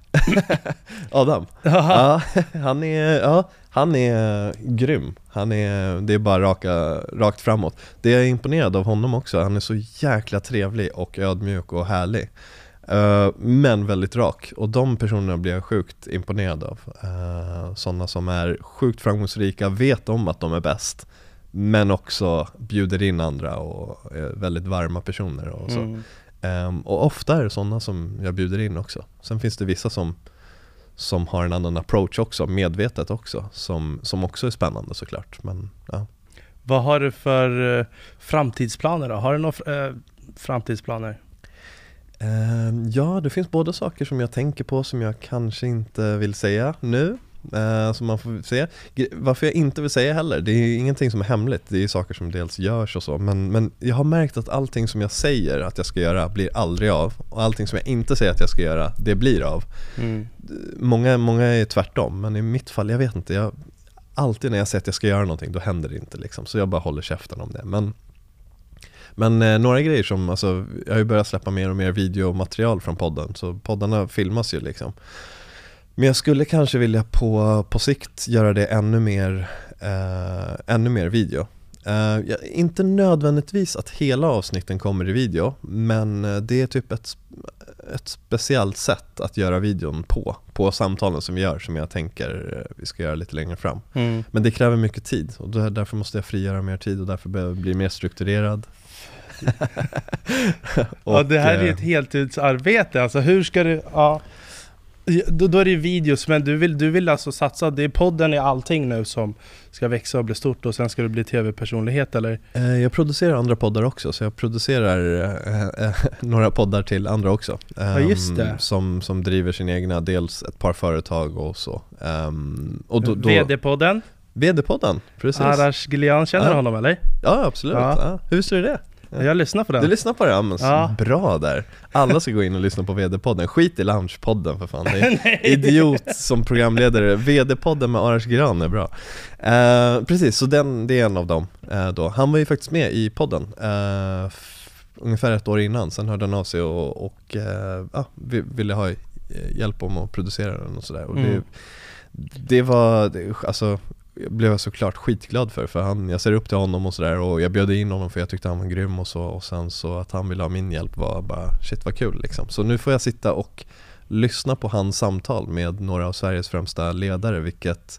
Adam? Ja, han är, ja, han är grym. Han är, det är bara raka, rakt framåt. Det är jag imponerad av honom också. Han är så jäkla trevlig och ödmjuk och härlig. Uh, men väldigt rak. Och de personerna blir jag sjukt imponerad av. Uh, sådana som är sjukt framgångsrika, vet om att de är bäst, men också bjuder in andra och är väldigt varma personer och så. Mm. Um, och ofta är det sådana som jag bjuder in också. Sen finns det vissa som som har en annan approach också, medvetet också, som, som också är spännande såklart. Men, ja. Vad har du för uh, framtidsplaner då? Har du några uh, framtidsplaner? Uh, ja, det finns både saker som jag tänker på som jag kanske inte vill säga nu. eh, som man får se. Varför jag inte vill säga heller, det är ingenting som är hemligt. Det är saker som dels görs och så, men, men jag har märkt att allting som jag säger att jag ska göra blir aldrig av, och allting som jag inte säger att jag ska göra, det blir av. Mm. Många, många är tvärtom, men i mitt fall, jag vet inte, jag, alltid när jag säger att jag ska göra någonting, då händer det inte liksom, så jag bara håller käften om det. Men Men eh, några grejer som, alltså, jag har ju börjat släppa mer och mer videomaterial från podden, så poddarna filmas ju liksom. Men jag skulle kanske vilja på, på sikt göra det ännu mer, eh, ännu mer video. Eh, inte nödvändigtvis att hela avsnitten kommer i video, men det är typ ett, ett speciellt sätt att göra videon på, på samtalen som vi gör, som jag tänker vi ska göra lite längre fram. Mm. Men det kräver mycket tid, och därför måste jag frigöra mer tid, och därför behöver jag bli mer strukturerad. Och, ja, det här är ett heltidsarbete. Alltså hur ska du, ja, då, då är det videos, men du vill, du vill alltså satsa, det är podden i allting nu som ska växa och bli stort, och sen ska du bli tv-personlighet, eller? Jag producerar andra poddar också, så jag producerar äh, äh, några poddar till andra också. Ja, just det. Um, som, som driver sin egna, dels ett par företag och så. Um, och då, då, V D-podden? V D-podden, precis. Arash Gilian, känner du ja. honom eller? Ja, absolut. Ja. Ja. Hur visste du det? Jag lyssnar på den. Du lyssnar på det? Ja, men ja. Bra där. Alla ska gå in och lyssna på V D-podden. Skit i Lounge-podden för fan. Det är idiot som programledare. V D-podden med Arash Gilian är bra. Uh, precis, så den, det är en av dem uh, då. Han var ju faktiskt med i podden uh, f- ungefär ett år innan. Sen hörde han av sig och, och uh, uh, vi ville ha hjälp om att producera den och sådär. Och mm. det, det var, det, alltså jag blev såklart skitglad för, för han, jag ser upp till honom och sådär, och jag bjöd in honom för jag tyckte han var grym och så, och sen så att han ville ha min hjälp var bara shit vad kul liksom. Så nu får jag sitta och lyssna på hans samtal med några av Sveriges främsta ledare, vilket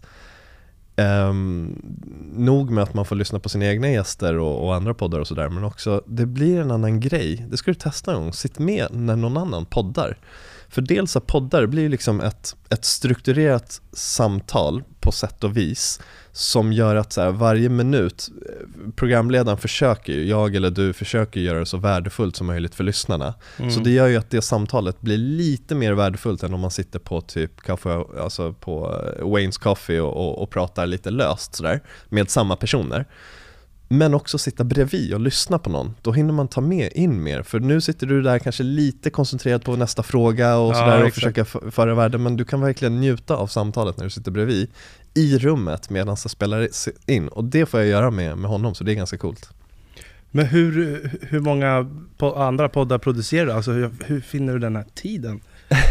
um, nog med att man får lyssna på sina egna gäster och, och andra poddar och sådär, men också det blir en annan grej. Det ska du testa en gång, sitt med när någon annan poddar. För dels att poddar blir liksom ett, ett strukturerat samtal på sätt och vis, som gör att så här, varje minut, programledaren försöker ju, jag eller du försöker göra det så värdefullt som möjligt för lyssnarna. Mm. Så det gör ju att det samtalet blir lite mer värdefullt än om man sitter på typ kaffe, alltså på Wayne's Coffee och, och, och pratar lite löst sådär, med samma personer. Men också sitta bredvid och lyssna på någon. Då hinner man ta med in mer. För nu sitter du där kanske lite koncentrerad på nästa fråga och, ja, sådär, och exakt. försöka f- föra världen. Men du kan verkligen njuta av samtalet när du sitter bredvid i rummet medan det spelar in. Och det får jag göra med, med honom, så det är ganska coolt. Men hur, hur många po- andra poddar producerar du? Alltså hur, hur finner du den här tiden?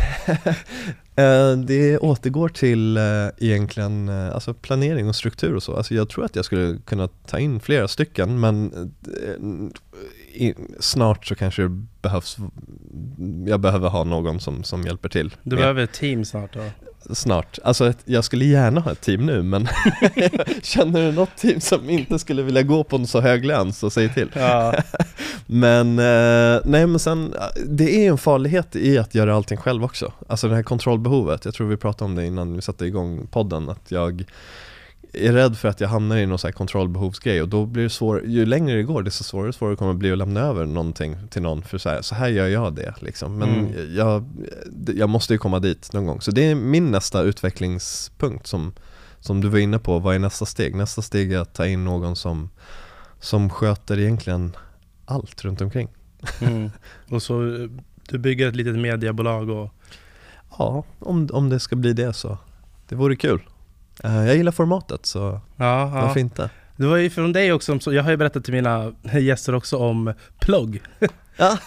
Det återgår till egentligen alltså planering och struktur och så. Alltså jag tror att jag skulle kunna ta in flera stycken, men i, snart så kanske det behövs, jag behöver ha någon som, som hjälper till. Du med. Behöver ett team snart då? Snart. Alltså ett, jag skulle gärna ha ett team nu, men känner du något team som inte skulle vilja gå på en så hög lön, så säg till. Ja. Men eh, nej, men sen det är en farlighet i att göra allting själv också. Alltså det här kontrollbehovet. Jag tror vi pratade om det innan vi satte igång podden, att jag är rädd för att jag hamnar i någon så här kontrollbehovsgrej, och då blir det svårt, ju längre det går desto svårare, svårare kommer det bli att lämna över någonting till någon, för så här, så här gör jag det liksom. Men mm. jag, jag måste ju komma dit någon gång, så det är min nästa utvecklingspunkt som, som du var inne på. Vad är nästa steg? Nästa steg är att ta in någon som, som sköter egentligen allt runt omkring. Mm. Och så du bygger ett litet mediebolag och... Ja, om, om det ska bli det, så det vore kul. Jag gillar formatet, så ja, ja. Varför inte? Det var ju från dig också, jag har ju berättat till mina gäster också om plugg. Ja,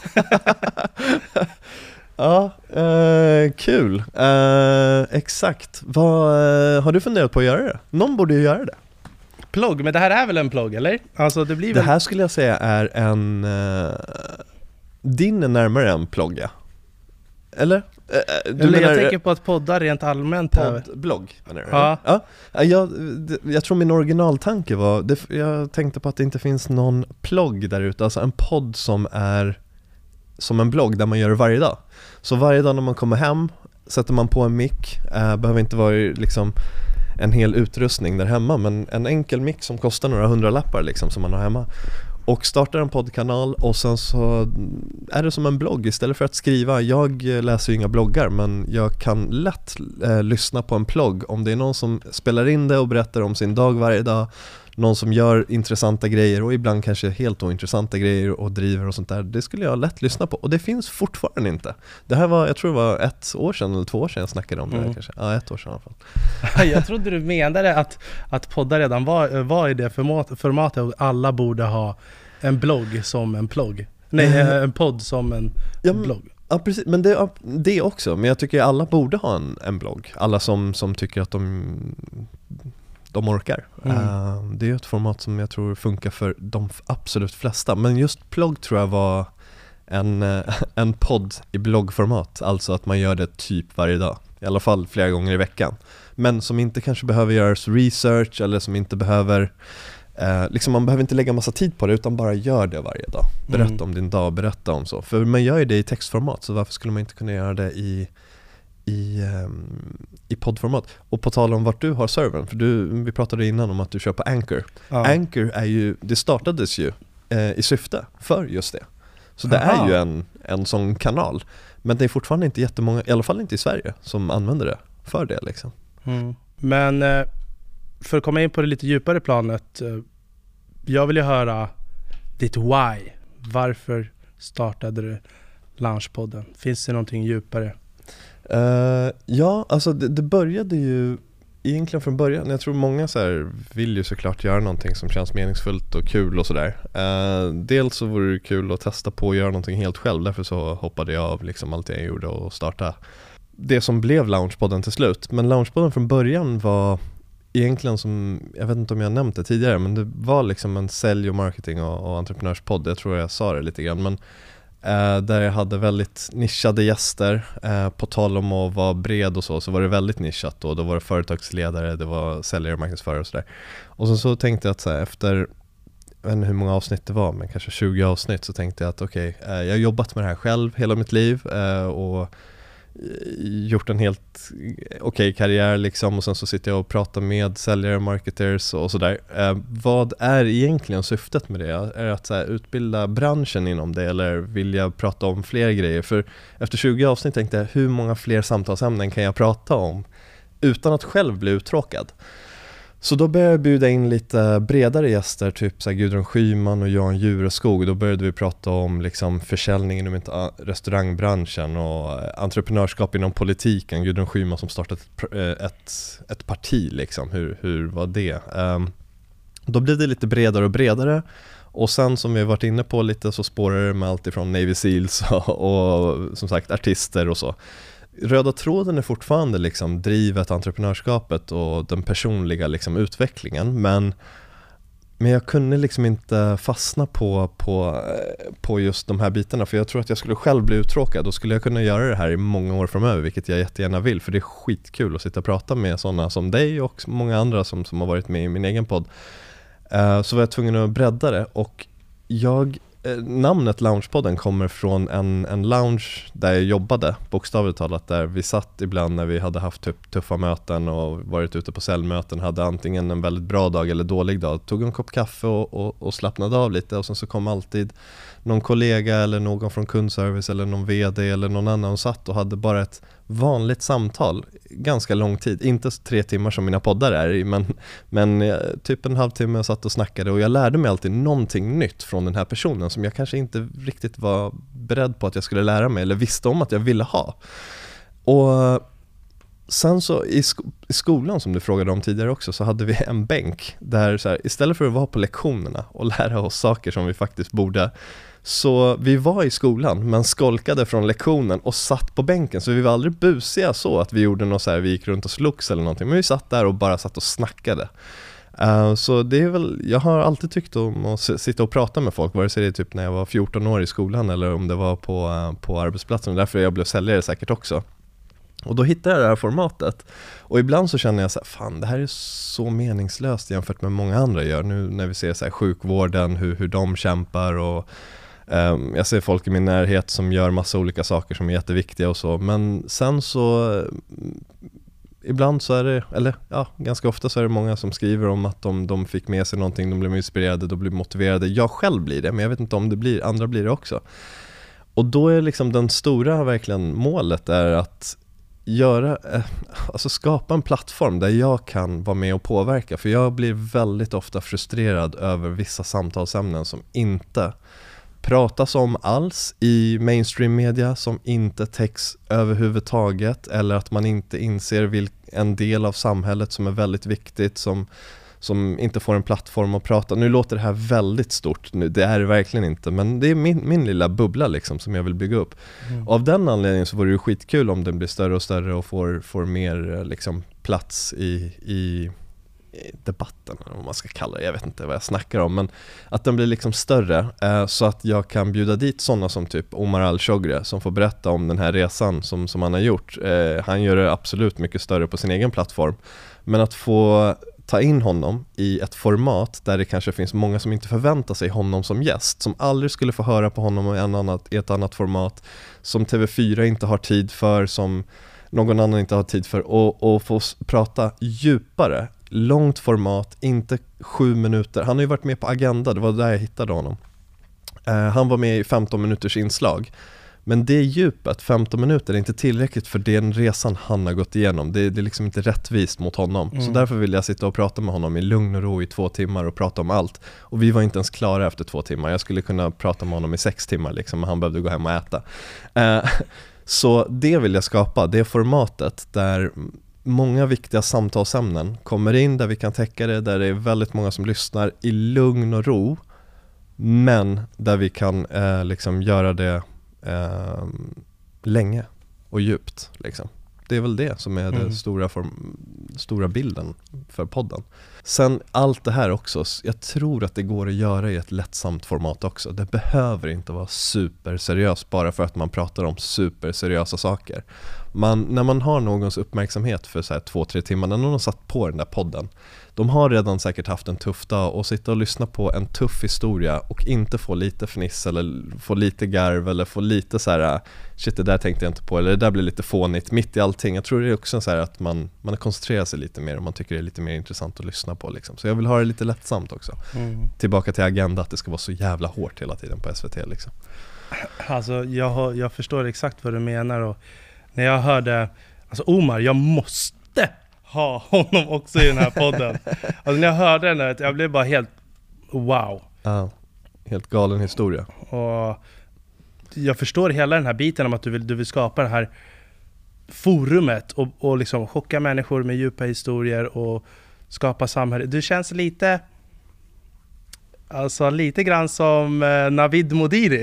ja eh, kul. Eh, exakt. Vad, eh, har du funderat på att göra det? Någon borde ju göra det. Plugg, men det här är väl en plugg, eller? Alltså det blir väl... Det här skulle jag säga är en... Eh, din är närmare en plugg, ja. Eller? Du Eller menar, jag tänker på att poddar rent allmänt här. Poddblogg, menar du? Ja. Ja. Jag, jag tror min originaltanke var, det, jag tänkte på att det inte finns någon plogg där ute, alltså en podd som är som en blogg där man gör det varje dag. Så varje dag när man kommer hem sätter man på en mic, äh, behöver inte vara liksom en hel utrustning där hemma, men en enkel mic som kostar några hundra lappar liksom, som man har hemma. och startar en poddkanal och sen så är det som en blogg istället för att skriva. Jag läser ju inga bloggar, men jag kan lätt eh, lyssna på en plogg om det är någon som spelar in det och berättar om sin dag varje dag, någon som gör intressanta grejer och ibland kanske helt ointressanta grejer och driver och sånt där. Det skulle jag lätt lyssna på, och det finns fortfarande inte. Det här var, jag tror det var ett år sedan eller två år sedan jag snackade om det mm. kanske. Ja, ett år sedan i alla fall. Jag trodde du menade att, att poddar redan var, var i det format, formatet och alla borde ha en blogg som en plogg. Nej, en podd som en ja, blogg. Ja, precis. Men det, det också. Men jag tycker alla borde ha en, en blogg. Alla som, som tycker att de... de orkar. Mm. Uh, det är ett format som jag tror funkar för de absolut flesta. Men just blogg tror jag var en, uh, en podd i bloggformat. Alltså att man gör det typ varje dag. I alla fall flera gånger i veckan. Men som inte kanske behöver göra research eller som inte behöver... Uh, liksom man behöver inte lägga massa tid på det utan bara gör det varje dag. Berätta mm. om din dag, berätta om så. För man gör ju det i textformat, så varför skulle man inte kunna göra det i... I, um, i poddformat. Och på tal om vart du har servern, för du, vi pratade innan om att du kör på Anchor. Ja. Anchor är ju, det startades ju eh, i syfte för just det. Så det Aha. är ju en, en sån kanal. Men det är fortfarande inte jättemånga, i alla fall inte i Sverige, som använder det för det liksom. Mm. Men eh, för att komma in på det lite djupare planet, eh, jag vill ju höra ditt why. Varför startade du Loungepodden? Finns det någonting djupare? Uh, ja, alltså det, det började ju egentligen från början. Jag tror många så här vill ju såklart göra någonting som känns meningsfullt och kul och sådär. Uh, dels så vore det kul att testa på att göra någonting helt själv. Därför så hoppade jag av liksom allt jag gjorde och starta det som blev Loungepodden till slut. Men Loungepodden från början var egentligen som, jag vet inte om jag nämnt det tidigare, men det var liksom en sälj- och marketing- och, och entreprenörspodd. Jag tror jag sa det lite grann, men Uh, där jag hade väldigt nischade gäster. Uh, på tal om att vara bred och så, så var det väldigt nischat då. Då var det företagsledare, det var säljare och marknadsförare och sådär. Och så, så tänkte jag att så här, efter, jag vet inte hur många avsnitt det var, men kanske tjugo avsnitt, så tänkte jag att okej, okay, uh, jag har jobbat med det här själv hela mitt liv uh, och gjort en helt okej okay karriär liksom, och sen så sitter jag och pratar med säljare, marketers och sådär. Eh, vad är egentligen syftet med det? Är det att så här, utbilda branschen inom det, eller vill jag prata om fler grejer? För efter tjugo avsnitt tänkte jag, hur många fler samtalsämnen kan jag prata om utan att själv bli uttråkad? Så då började jag bjuda in lite bredare gäster, typ så här Gudrun Schyman och Jan Jureskog. Då började vi prata om liksom försäljningen inom restaurangbranschen och entreprenörskap inom politiken. Gudrun Schyman som startat ett, ett, ett parti, liksom. hur, hur var det? Um, då blev det lite bredare och bredare. Och sen som vi har varit inne på lite, så spårar det med allt ifrån Navy Seals och, och som sagt artister och så. Röda tråden är fortfarande liksom drivet, entreprenörskapet och den personliga liksom utvecklingen, men, men jag kunde liksom inte fastna på, på, på just de här bitarna, för jag tror att jag skulle själv bli uttråkad, och skulle jag kunna göra det här i många år framöver, vilket jag jättegärna vill, för det är skitkul att sitta och prata med sådana som dig och många andra som, som har varit med i min egen podd. Uh, så var jag tvungen att bredda det, och jag namnet Loungepodden kommer från en, en lounge där jag jobbade, bokstavligt talat, där vi satt ibland när vi hade haft typ tuffa möten och varit ute på säljmöten, hade antingen en väldigt bra dag eller dålig dag, tog en kopp kaffe och, och, och slappnade av lite, och sen så kom alltid någon kollega eller någon från kundservice eller någon vd eller någon annan och satt och hade bara ett vanligt samtal, ganska lång tid, inte tre timmar som mina poddar är, men, men typ en halvtimme jag satt och snackade, och jag lärde mig alltid någonting nytt från den här personen som jag kanske inte riktigt var beredd på att jag skulle lära mig eller visste om att jag ville ha. Och sen så i, sk- i skolan, som du frågade om tidigare också, så hade vi en bänk där så här, istället för att vara på lektionerna och lära oss saker som vi faktiskt borde, så vi var i skolan men skolkade från lektionen och satt på bänken, så vi var aldrig busiga så att vi gjorde något så här, vi gick runt och slogs eller någonting, men vi satt där och bara satt och snackade. Uh, så det är väl, jag har alltid tyckt om att s- sitta och prata med folk, vare sig det är typ när jag var fjorton år i skolan eller om det var på, uh, på arbetsplatsen, därför jag blev säljare säkert också. Och då hittade jag det här formatet, och ibland så känner jag så här, fan, det här är så meningslöst jämfört med många andra gör nu när vi ser så här sjukvården, hur, hur de kämpar, och um, jag ser folk i min närhet som gör massa olika saker som är jätteviktiga och så, men sen så ibland så är det, eller ja, ganska ofta så är det många som skriver om att de, de fick med sig någonting, de blev inspirerade, de blev motiverade. Jag själv blir det, men jag vet inte om det blir, andra blir det också. Och då är liksom den stora verkligen målet är att göra, alltså skapa en plattform där jag kan vara med och påverka. För jag blir väldigt ofta frustrerad över vissa samtalsämnen som inte pratas om alls i mainstream media, som inte täcks överhuvudtaget, eller att man inte inser vilk, en del av samhället som är väldigt viktigt, som, som inte får en plattform att prata. Nu låter det här väldigt stort, nu, det är det verkligen inte, men det är min, min lilla bubbla liksom, som jag vill bygga upp. Mm. Av den anledningen så vore det skitkul om den blir större och större och får, får mer liksom, plats i, i debatten, eller vad man ska kalla det, jag vet inte vad jag snackar om, men att den blir liksom större eh, så att jag kan bjuda dit sådana som typ Omar Al-Shogre som får berätta om den här resan som, som han har gjort. Eh, han gör det absolut mycket större på sin egen plattform, men att få ta in honom i ett format där det kanske finns många som inte förväntar sig honom som gäst, som aldrig skulle få höra på honom i, en annat, i ett annat format, som T V fyra inte har tid för, som någon annan inte har tid för, och, och få prata djupare, långt format, inte sju minuter. Han har ju varit med på Agenda, det var där jag hittade honom. Uh, han var med i femton minuters inslag. Men det djupet, femton minuter, är inte tillräckligt för den resan han har gått igenom. Det, det är liksom inte rättvist mot honom. Mm. Så därför vill jag sitta och prata med honom i lugn och ro i två timmar och prata om allt. Och vi var inte ens klara efter två timmar. Jag skulle kunna prata med honom i sex timmar liksom, men han behövde gå hem och äta. Uh, så det vill jag skapa, det formatet där många viktiga samtalsämnen kommer in, där vi kan täcka det, där det är väldigt många som lyssnar i lugn och ro, men där vi kan eh, liksom göra det eh, länge och djupt liksom. Det är väl det som är mm. den stora, form, stora bilden för podden. Sen allt det här också, jag tror att det går att göra i ett lättsamt format också. Det behöver inte vara superseriöst bara för att man pratar om superseriösa saker. Man, när man har någons uppmärksamhet för så här två, tre timmar, när någon har satt på den där podden, de har redan säkert haft en tuff dag, och sitta och lyssna på en tuff historia och inte få lite fniss eller få lite garv eller få lite så här shit, det där tänkte jag inte på, eller det där blir lite fånigt mitt i allting. Jag tror det är också så här att man, man koncentrerar sig lite mer och man tycker det är lite mer intressant att lyssna på liksom. Så jag vill ha det lite lättsamt också. Mm. Tillbaka till Agenda, att det ska vara så jävla hårt hela tiden på S V T liksom. Alltså jag, har, jag förstår exakt vad du menar, och när jag hörde, alltså Omar, jag måste ha honom också i den här podden. Alltså när jag hörde den där, jag blev bara helt wow. Ja, helt galen historia. Och jag förstår hela den här biten om att du vill, du vill skapa det här forumet och, och liksom chocka människor med djupa historier och skapa samhälle. Du känns lite, alltså lite grann som eh, Navid Modiri.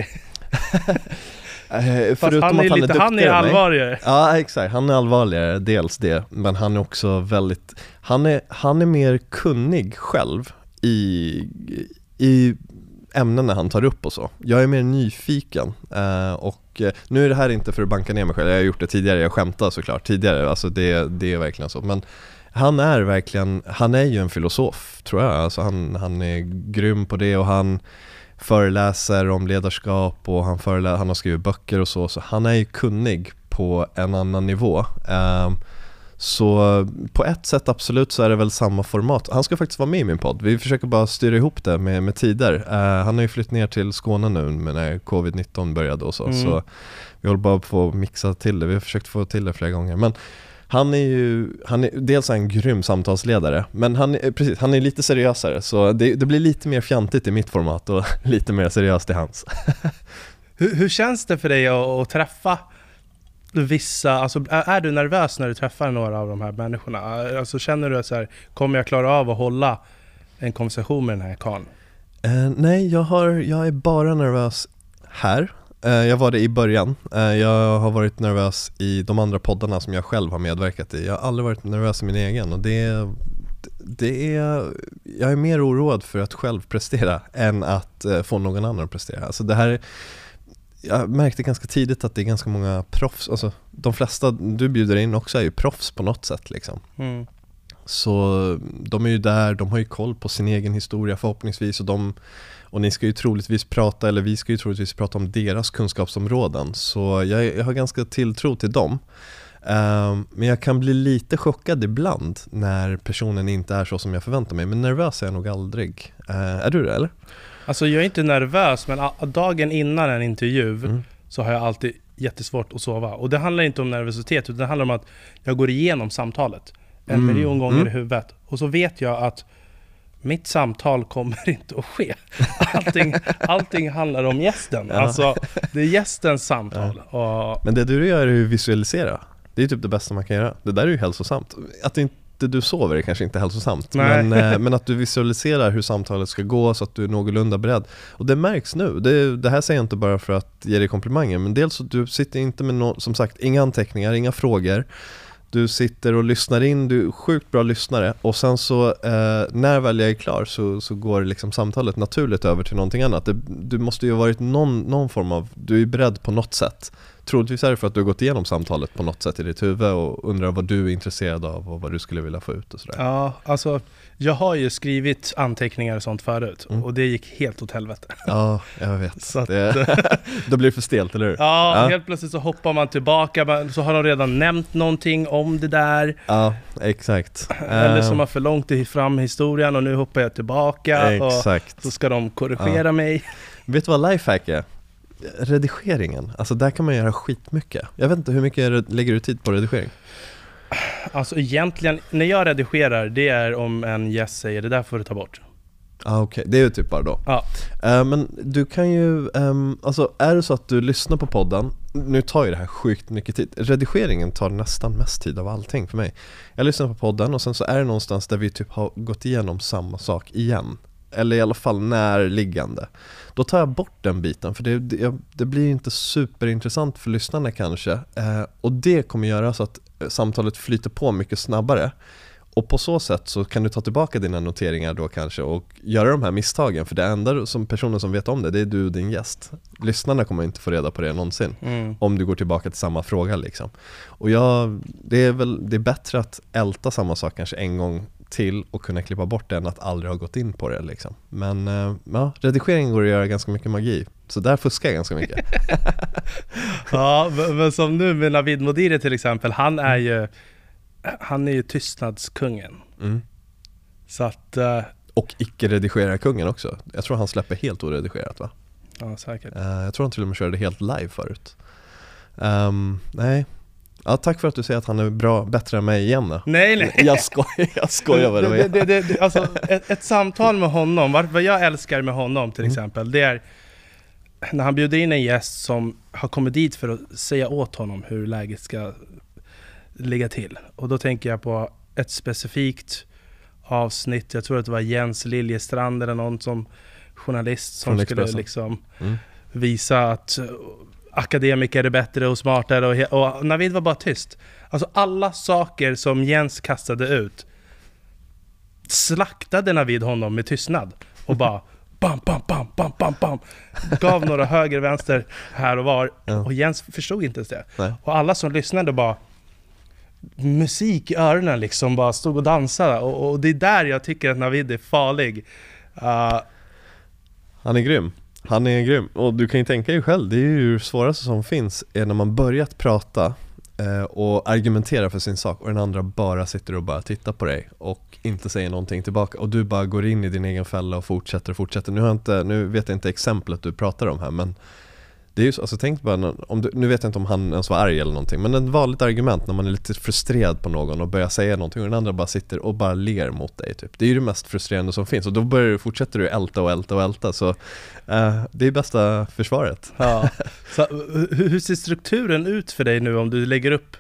Eh, Fast han är, är lite, han är allvarligare. Ja, exakt. Han är allvarligare, dels det. Men han är också väldigt, han är, han är mer kunnig själv i, i ämnena han tar upp och så. Jag är mer nyfiken. Eh, och nu är det här inte för att banka ner mig själv. Jag har gjort det tidigare, jag skämtar såklart tidigare. Alltså det, det är verkligen så. Men han är verkligen, han är ju en filosof, tror jag. Alltså han, han är grym på det, och han föreläser om ledarskap, och han, förelä- han har skrivit böcker och så, så han är ju kunnig på en annan nivå. Um, så på ett sätt absolut så är det väl samma format. Han ska faktiskt vara med i min podd. Vi försöker bara styra ihop det med, med tider. Uh, han har ju flyttat ner till Skåne nu när covid nitton började och så, mm. så vi håller bara på att mixa till det. Vi har försökt få till det flera gånger, men han är ju, han är dels en grym samtalsledare, men han är, precis, han är lite seriösare, så det, det blir lite mer fjantigt i mitt format och lite mer seriöst i hans. hur, hur känns det för dig att, att träffa vissa, alltså är, är du nervös när du träffar några av de här människorna? Alltså känner du att så här, kommer jag klara av att hålla en konversation med den här karln? Uh, nej, jag, har, jag är bara nervös här. Jag var det i början. Jag har varit nervös i de andra poddarna som jag själv har medverkat i. Jag har aldrig varit nervös i min egen, och det, det är, jag är mer oroad för att själv prestera än att få någon annan att prestera. Alltså det här, jag märkte ganska tidigt att det är ganska många proffs, alltså de flesta du bjuder in också är ju proffs på något sätt liksom. Mm. Så de är ju där, de har ju koll på sin egen historia förhoppningsvis, och de Och ni ska ju troligtvis prata, eller vi ska ju troligtvis prata om deras kunskapsområden. Så jag, jag har ganska tilltro till dem. Um, men jag kan bli lite chockad ibland när personen inte är så som jag förväntar mig. Men nervös är jag nog aldrig. Uh, är du det eller? Alltså jag är inte nervös, men dagen innan en intervju Mm. så har jag alltid jättesvårt att sova. Och det handlar inte om nervositet, utan det handlar om att jag går igenom samtalet en Mm. miljon gånger Mm. i huvudet. Och så vet jag att mitt samtal kommer inte att ske. Allting, allting handlar om gästen. Ja. Alltså, det är gästens samtal. Och Men det du gör är ju visualisera. Det är typ det bästa man kan göra. Det där är ju hälsosamt. Att inte du sover är kanske inte hälsosamt. Nej. Men, eh, men att du visualiserar hur samtalet ska gå så att du är någorlunda beredd. Och det märks nu. Det, det här säger jag inte bara för att ge dig komplimanger. Men dels att du sitter inte med no, som sagt, inga anteckningar, inga frågor. Du sitter och lyssnar in, du är sjukt bra lyssnare. Och sen så eh, när väl jag är klar så, så går liksom samtalet naturligt över till någonting annat. Det, du måste ju ha varit någon, någon form av, du är beredd på något sätt. Troligtvis är det för att du har gått igenom samtalet på något sätt i ditt huvud och undrar vad du är intresserad av och vad du skulle vilja få ut och sådär. ja, alltså jag har ju skrivit anteckningar och sånt förut. Mm. Och det gick helt åt helvete. Ja, jag vet. Så att, Det, då blir det för stelt, eller hur? ja, Ja. helt plötsligt så hoppar man tillbaka, men så har de redan nämnt någonting om det där. Ja, exakt. Eller som Eh, har för långt fram historien och nu hoppar jag tillbaka och Exakt. så ska de korrigera mig. Vet du vad lifehack är? Redigeringen. Alltså där kan man göra skitmycket. Jag vet inte, hur mycket lägger du tid på redigering? Alltså egentligen, när jag redigerar, det är om en gäst säger det där får du ta bort. Ah, okej, det är ju typ bara då. Ja. Eh, men du kan ju, ehm, alltså är det så att du lyssnar på podden, nu tar ju det här sjukt mycket tid. Redigeringen tar nästan mest tid av allting för mig. Jag lyssnar på podden och sen så är det någonstans där vi typ har gått igenom samma sak igen. Eller i alla fall närliggande. Då tar jag bort den biten, för det, det, det blir inte superintressant för lyssnarna kanske. Eh, och det kommer göra så att samtalet flyter på mycket snabbare. Och på så sätt så kan du ta tillbaka dina noteringar då kanske och göra de här misstagen. För det enda som personen som vet om det, det är du och din gäst. Lyssnarna kommer inte få reda på det någonsin. Mm. Om du går tillbaka till samma fråga liksom. Och jag, det är väl det är bättre att älta samma sak kanske en gång till och kunna klippa bort det än att aldrig ha gått in på det liksom. Men äh, ja, redigeringen går att göra ganska mycket magi. Så där fuskar jag ganska mycket. Ja, men som nu med Navid Modiri till exempel, han är ju han är ju tystnadskungen. Mm. Så att uh, Och icke-redigera kungen också. Jag tror han släpper helt oredigerat, va? ja, säkert. Uh, jag tror han till och med körde helt live förut. Um, nej. Ja, tack för att du säger att han är bra, bättre än mig igen då. Nej, nej. Jag skojar, jag skojar vad det var. det, det, det, det, alltså, ett, ett samtal med honom, vad, vad jag älskar med honom till Mm. exempel, det är när han bjuder in en gäst som har kommit dit för att säga åt honom hur läget ska ligga till. Och då tänker jag på ett specifikt avsnitt, jag tror att det var Jens Liljestrand eller någon som journalist som Från skulle Expressen. liksom Mm. visa att akademiker är bättre och smartare och, he- och Navid var bara tyst. Alltså alla saker som Jens kastade ut slaktade Navid honom med tystnad och bara bam, bam, bam, bam, bam, bam. Gav några höger, vänster här och var. Ja. Och Jens förstod inte ens det. Nej. Och alla som lyssnade bara musik i öronen liksom, bara stod och dansade. Och, och det är där jag tycker att Navid är farlig. Uh, Han är grym. Han är grym. Och du kan ju tänka dig själv, det är ju det svåraste som finns är när man börjat prata eh, och argumentera för sin sak och den andra bara sitter och bara tittar på dig och inte säger någonting tillbaka och du bara går in i din egen fälla och fortsätter och fortsätter. Nu, har jag inte, nu vet jag inte exemplet du pratar om här, men det är ju så, alltså tänk bara, om du, nu vet jag inte om han ens var arg eller någonting, men ett vanligt argument när man är lite frustrerad på någon och börjar säga någonting och den andra bara sitter och bara ler mot dig typ. Det är ju det mest frustrerande som finns och då börjar du, fortsätter du älta och älta och älta så uh, det är bästa försvaret. ja. Så, hur, hur ser strukturen ut för dig nu om du lägger upp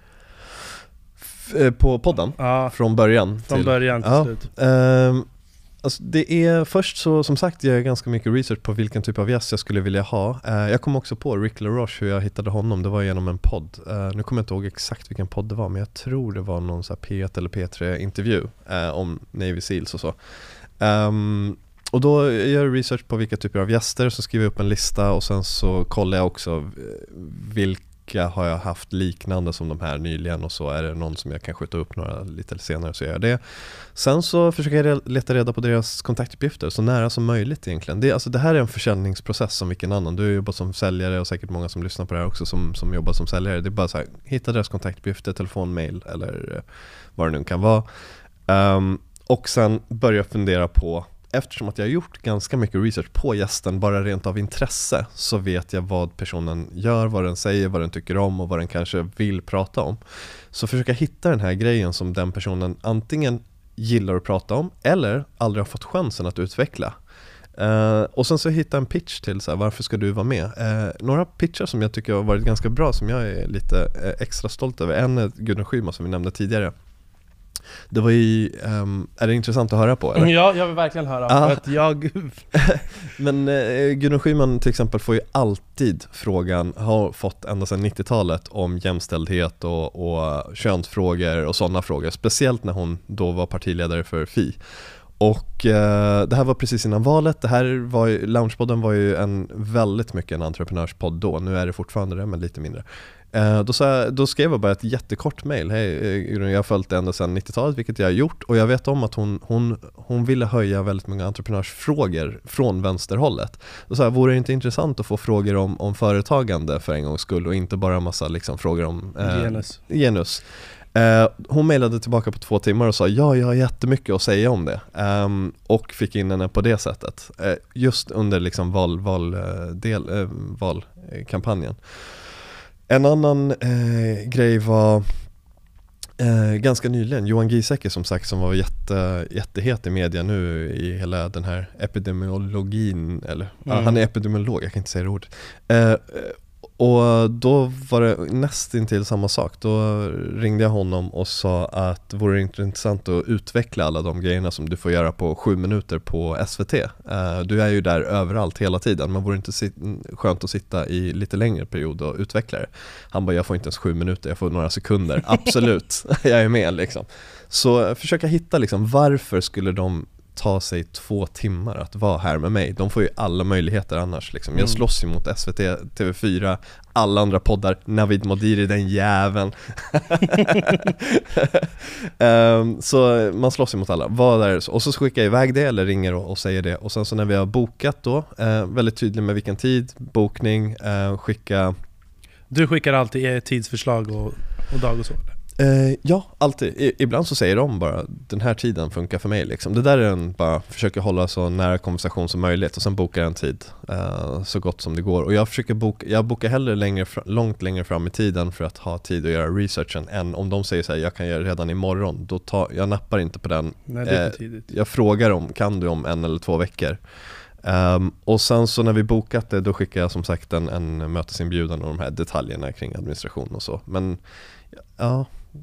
F- eh, på podden ja, från början från till, början till ja, slut? ehm, alltså det är först så, som sagt, jag gör ganska mycket research på vilken typ av gäst jag skulle vilja ha. Uh, jag kom också på Rick LaRoche, hur jag hittade honom. Det var genom en podd. Uh, nu kommer jag inte ihåg exakt vilken podd det var, men jag tror det var någon så här P ett eller P tre intervju uh, om Navy Seals och så. Um, och då gör jag research på vilka typer av gäster, så skriver jag upp en lista och sen så kollar jag också vilka vilka har jag haft liknande som de här nyligen, och så är det någon som jag kan skjuta upp några lite senare, så gör jag det. Sen så försöker jag leta reda på deras kontaktuppgifter så nära som möjligt egentligen. Det, alltså, det här är en försäljningsprocess som vilken annan. Du jobbar som säljare och säkert många som lyssnar på det här också som, som jobbar som säljare. Det är bara så här, hitta deras kontaktuppgifter, telefon, mail eller vad det nu kan vara. Um, och sen börja fundera på, eftersom att jag har gjort ganska mycket research på gästen, bara rent av intresse, så vet jag vad personen gör, vad den säger, vad den tycker om och vad den kanske vill prata om. Så försöka hitta den här grejen som den personen antingen gillar att prata om eller aldrig har fått chansen att utveckla. Uh, och sen så hitta en pitch till så här, varför ska du vara med? Uh, några pitchar som jag tycker har varit ganska bra, som jag är lite uh, extra stolt över. En är Gudrun Schyman som vi nämnde tidigare. Det var ju, um, är det intressant att höra på? Eller? Ja, jag vill verkligen höra. Ah. För att jag... Men eh, Gudrun Schyman till exempel får ju alltid frågan, har fått ända sedan nittiotalet, om jämställdhet och, och könsfrågor och sådana frågor. Speciellt när hon då var partiledare för F I. Och eh, det här var precis innan valet. Det här var ju, Loungepodden var ju en väldigt mycket en entreprenörspodd då. Nu är det fortfarande det, men lite mindre. Eh, då, sa, då skrev jag bara ett jättekort mejl. Hej, jag har följt det ända sedan nittiotalet, vilket jag har gjort. Och jag vet om att hon, hon, hon ville höja väldigt många entreprenörsfrågor från vänsterhållet. Då sa jag, vore det inte intressant att få frågor om, om företagande för en gångs skull, och inte bara en massa liksom, frågor om eh, genus. genus. Uh, hon mejlade tillbaka på två timmar och sa ja, jag har jättemycket att säga om det, um, och fick in henne på det sättet uh, just under liksom val, val, uh, del, uh, valkampanjen. En annan uh, grej var uh, ganska nyligen Johan Giesecke, som sagt, som var jätte, jättehet i media nu i hela den här epidemiologin, eller mm. uh, han är epidemiolog, jag kan inte säga det ordet. Uh, Och då var det nästintill samma sak. Då ringde jag honom och sa att det vore intressant att utveckla alla de grejerna som du får göra på sju minuter på S V T. Uh, du är ju där överallt hela tiden, men vore inte sit- skönt att sitta i lite längre period och utveckla det. Han bara, jag får inte ens sju minuter, jag får några sekunder. Absolut, jag är med liksom. Så försöka hitta liksom, varför skulle de ta sig två timmar att vara här med mig. De får ju alla möjligheter annars liksom. Jag slåss ju mot S V T, T V fyra, alla andra poddar, Navid Modiri, den jäveln. um, så man slåss ju mot alla. Vad där, och så skickar jag iväg det eller ringer och, och säger det. Och sen så när vi har bokat då, uh, väldigt tydlig med vilken tid, bokning, uh, skicka. Du skickar alltid tidsförslag och, och dag och så? Uh, ja, alltid. I, ibland så säger de bara, den här tiden funkar för mig liksom. Det där är en, bara försöker hålla så nära konversation som möjligt, och sen bokar jag en tid uh, så gott som det går. Och jag försöker boka, jag bokar hellre längre, långt längre fram i tiden för att ha tid att göra researchen, än om de säger så här, jag kan göra redan imorgon, då tar, jag nappar inte på den. Nej, det är för tidigt. Uh, jag frågar om, kan du om en eller två veckor? Um, och sen så när vi bokat det, då skickar jag som sagt en, en mötesinbjudan och de här detaljerna kring administration och så. Men ja,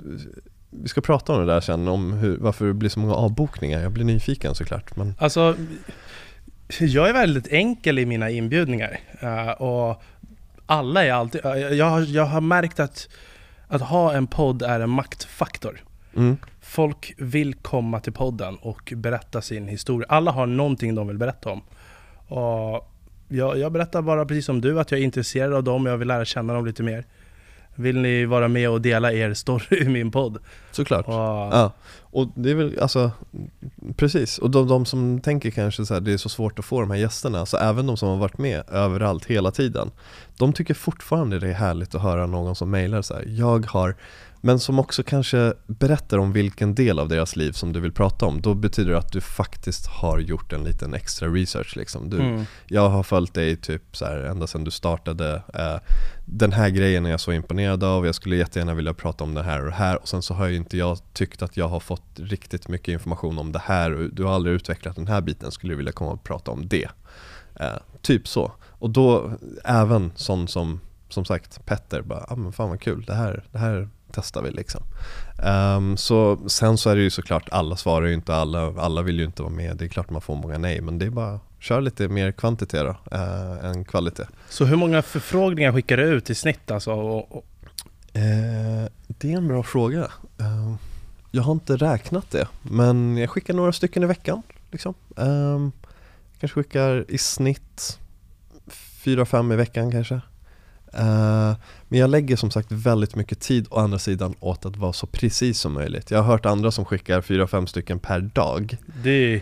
vi ska prata om det där sen, om hur, varför det blir så många avbokningar. Jag blir nyfiken såklart. Men... Alltså, jag är väldigt enkel i mina inbjudningar. Uh, och alla är alltid... Uh, jag, har, jag har märkt att, att ha en podd är en maktfaktor. Mm. Folk vill komma till podden och berätta sin historia. Alla har någonting de vill berätta om. Och jag, jag berättar bara precis som du, att jag är intresserad av dem och jag vill lära känna dem lite mer. Vill ni vara med och dela er story i min podd? Såklart. Och... Ja. Och det är väl, alltså, precis. Och de, de som tänker kanske så här, det är så svårt att få de här gästerna, alltså även de som har varit med överallt hela tiden, de tycker fortfarande det är härligt att höra någon som mejlar så här, jag har, men som också kanske berättar om vilken del av deras liv som du vill prata om. Då betyder det att du faktiskt har gjort en liten extra research liksom. Du, mm. Jag har följt dig typ så här, ända sedan du startade. Eh, den här grejen är jag så imponerad av. Jag skulle jättegärna vilja prata om det här och det här. Och sen så har ju inte jag tyckt att jag har fått riktigt mycket information om det här. Och du har aldrig utvecklat den här biten. Skulle du vilja komma och prata om det? Eh, typ så. Och då även sån som, som sagt, Petter bara, ah, men fan vad kul. Det här, det här testar vi liksom. Um, så sen så är det ju såklart, alla svarar ju inte, alla, alla vill ju inte vara med. Det är klart man får många nej, men det är bara kör lite mer kvantitet då, uh, än kvalitet. Så hur många förfrågningar skickar du ut i snitt alltså? Och, och... Uh, det är en bra fråga. Uh, jag har inte räknat det, men jag skickar några stycken i veckan liksom. Um, kanske skickar i snitt fyra, fem i veckan kanske. Uh, men jag lägger som sagt väldigt mycket tid å andra sidan åt att vara så precis som möjligt. Jag har hört andra som skickar fyra, fem stycken per dag. Det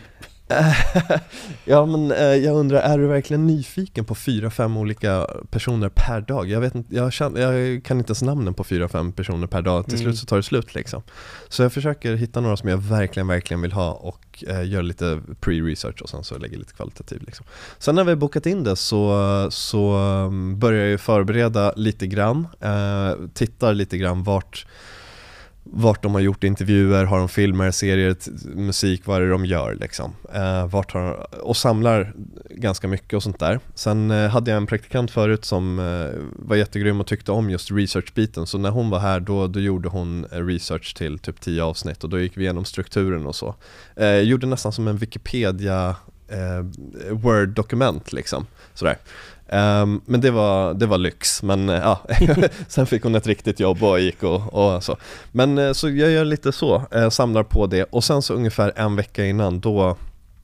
Ja, men eh, jag undrar, är du verkligen nyfiken på fyra, fem olika personer per dag? Jag vet inte, jag, känner, jag kan inte ens namnen på fyra, fem personer per dag. Till mm. slut så tar det slut liksom. Så jag försöker hitta några som jag verkligen, verkligen vill ha och eh, göra lite pre-research och sen så lägger lite kvalitativ liksom. Sen när vi bokat in det så, så um, börjar jag förbereda lite grann. Eh, tittar lite grann vart vart de har gjort intervjuer, har de filmer, serier, t- musik, vad är det de gör liksom. Eh, vart har, och samlar ganska mycket och sånt där. Sen eh, hade jag en praktikant förut som eh, var jättegrym och tyckte om just research-biten. Så när hon var här då, då gjorde hon research till typ tio avsnitt och då gick vi igenom strukturen och så. Eh, gjorde nästan som en Wikipedia eh, Word-dokument liksom. Sådär. Um, men det var, det var lyx. Men uh, ja, sen fick hon ett riktigt jobb och gick och, och så. Men uh, så jag gör lite så, uh, samlar på det. Och sen så ungefär en vecka innan då,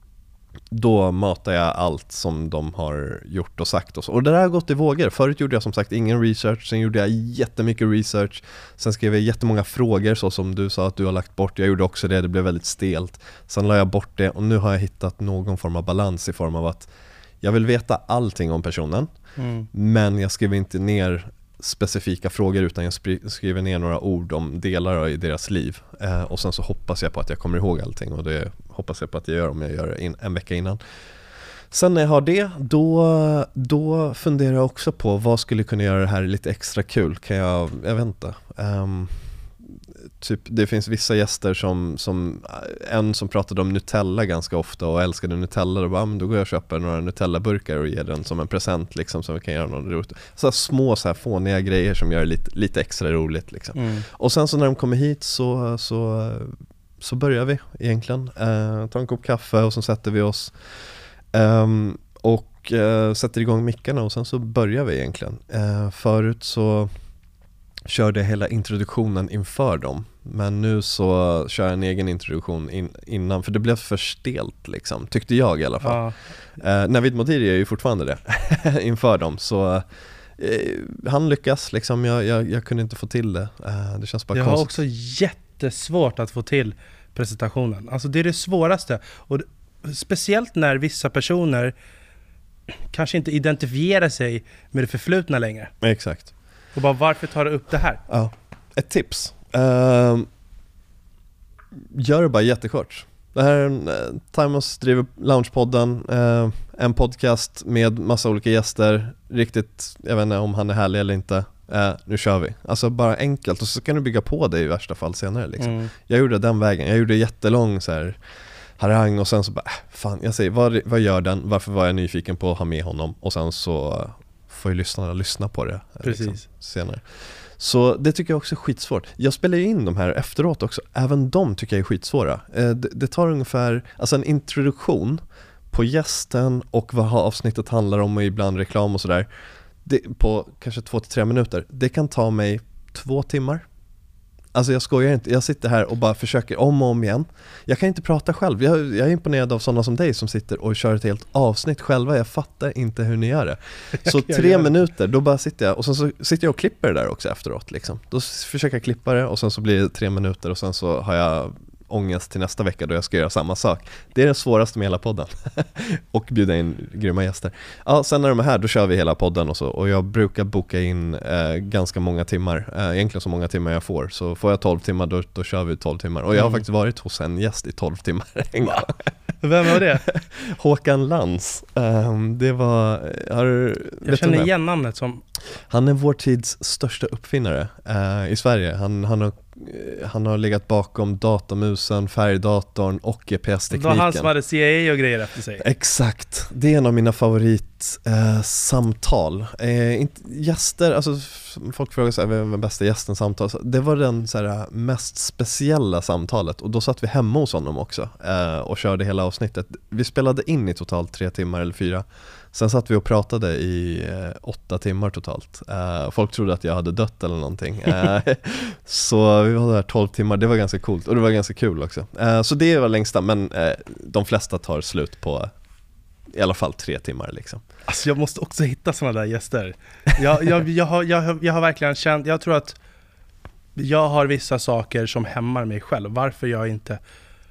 då matar jag allt som de har gjort och sagt och så. Och det där har gått i vågor. Förut gjorde jag som sagt ingen research. Sen gjorde jag jättemycket research. Sen skrev jag jättemånga frågor så som du sa att du har lagt bort. Jag gjorde också det, det blev väldigt stelt. Sen la jag bort det och nu har jag hittat någon form av balans i form av att jag vill veta allting om personen, mm. men jag skriver inte ner specifika frågor utan jag spri- skriver ner några ord om delar i deras liv. Eh, och sen så hoppas jag på att jag kommer ihåg allting och det hoppas jag på att jag gör om jag gör det in- en vecka innan. Sen när jag har det, då, då funderar jag också på vad skulle kunna göra det här lite extra kul. Kan jag, jag vet inte. Um, Typ, det finns vissa gäster som, som en som pratade om Nutella ganska ofta och älskade Nutella och bara, ah, men då går jag och köper några Nutella-burkar och ger den som en present liksom, så vi kan göra något roligt. Så här små så här fåniga grejer som gör det lite, lite extra roligt liksom. Mm. Och sen så när de kommer hit så, så, så börjar vi egentligen uh, ta en kopp kaffe och så sätter vi oss um, och uh, sätter igång mickarna och sen så börjar vi egentligen. Uh, förut så körde hela introduktionen inför dem. Men nu så kör jag en egen introduktion in, innan. För det blev för stelt liksom. Tyckte jag i alla fall. Ja. Eh, Navid Modiri är ju fortfarande det. inför dem. Så eh, han lyckas liksom. Jag, jag, jag kunde inte få till det. Eh, det känns bara jag konstigt. har också jättesvårt att få till presentationen. Alltså det är det svåraste. Och det, speciellt när vissa personer kanske inte identifierar sig med det förflutna längre. Exakt. Och bara, varför tar du upp det här? Ja. Ett tips. Uh, gör det bara jättekort. Det här är en uh, Timos driver Loungepodden, uh, en podcast med massa olika gäster. Riktigt, jag vet inte om han är härlig eller inte. Uh, nu kör vi. Alltså bara enkelt. Och så kan du bygga på det i värsta fall senare liksom. Mm. Jag gjorde den vägen. Jag gjorde jättelång så här harang och sen så bara, äh, fan, jag säger, vad, vad gör den? Varför var jag nyfiken på att ha med honom? Och sen så uh, får ju lyssnarna lyssna på det Precis. Liksom, senare. Så det tycker jag också är skitsvårt. Jag spelar ju in de här efteråt också. Även de tycker jag är skitsvåra. Eh, det, det tar ungefär, alltså en introduktion på gästen och vad avsnittet handlar om och ibland reklam och sådär. På kanske två till tre minuter. Det kan ta mig två timmar. Alltså jag skojar inte, jag sitter här och bara försöker om och om igen. Jag kan inte prata själv, jag, jag är imponerad av sådana som dig som sitter och kör ett helt avsnitt själva. Jag fattar inte hur ni gör det. Så tre minuter, då bara sitter jag och sen så sitter jag och klipper det där också efteråt liksom. Då försöker jag klippa det och sen så blir det tre minuter och sen så har jag ångest till nästa vecka då jag ska göra samma sak. Det är det svåraste med hela podden. Och bjuda in grymma gäster. Ja, sen när de är här, då kör vi hela podden och så. Och jag brukar boka in eh, ganska många timmar. Eh, egentligen så många timmar jag får. Så får jag tolv timmar, då, då kör vi tolv timmar. Och jag har mm. faktiskt varit hos en gäst i tolv timmar en gång. Vem var det? Håkan Lantz. Um, det var... Har, jag känner igen namnet som... Han är vår tids största uppfinnare uh, i Sverige. Han, han, har, han har legat bakom datamusen, färgdatorn och G P S-tekniken. Det var han som hade C I A och grejer efter sig. Exakt. Det är en av mina favoritsamtal. Uh, uh, gäster, alltså folk frågar sig vem är den bästa gästen samtal. Det var den så här, mest speciella samtalet. Och då satt vi hemma hos honom också uh, och körde hela avsnittet. Vi spelade in i totalt tre timmar eller fyra. Sen satt vi och pratade i eh, åtta timmar totalt. Eh, folk trodde att jag hade dött eller någonting. Eh, så vi var där tolv timmar. Det var ganska coolt och det var ganska kul också. Eh, så det var längsta, men eh, de flesta tar slut på i alla fall tre timmar liksom. Alltså jag måste också hitta sådana där gäster. Jag, jag, jag, har, jag, har, jag har verkligen känt, jag tror att jag har vissa saker som hämmar mig själv. Varför jag inte...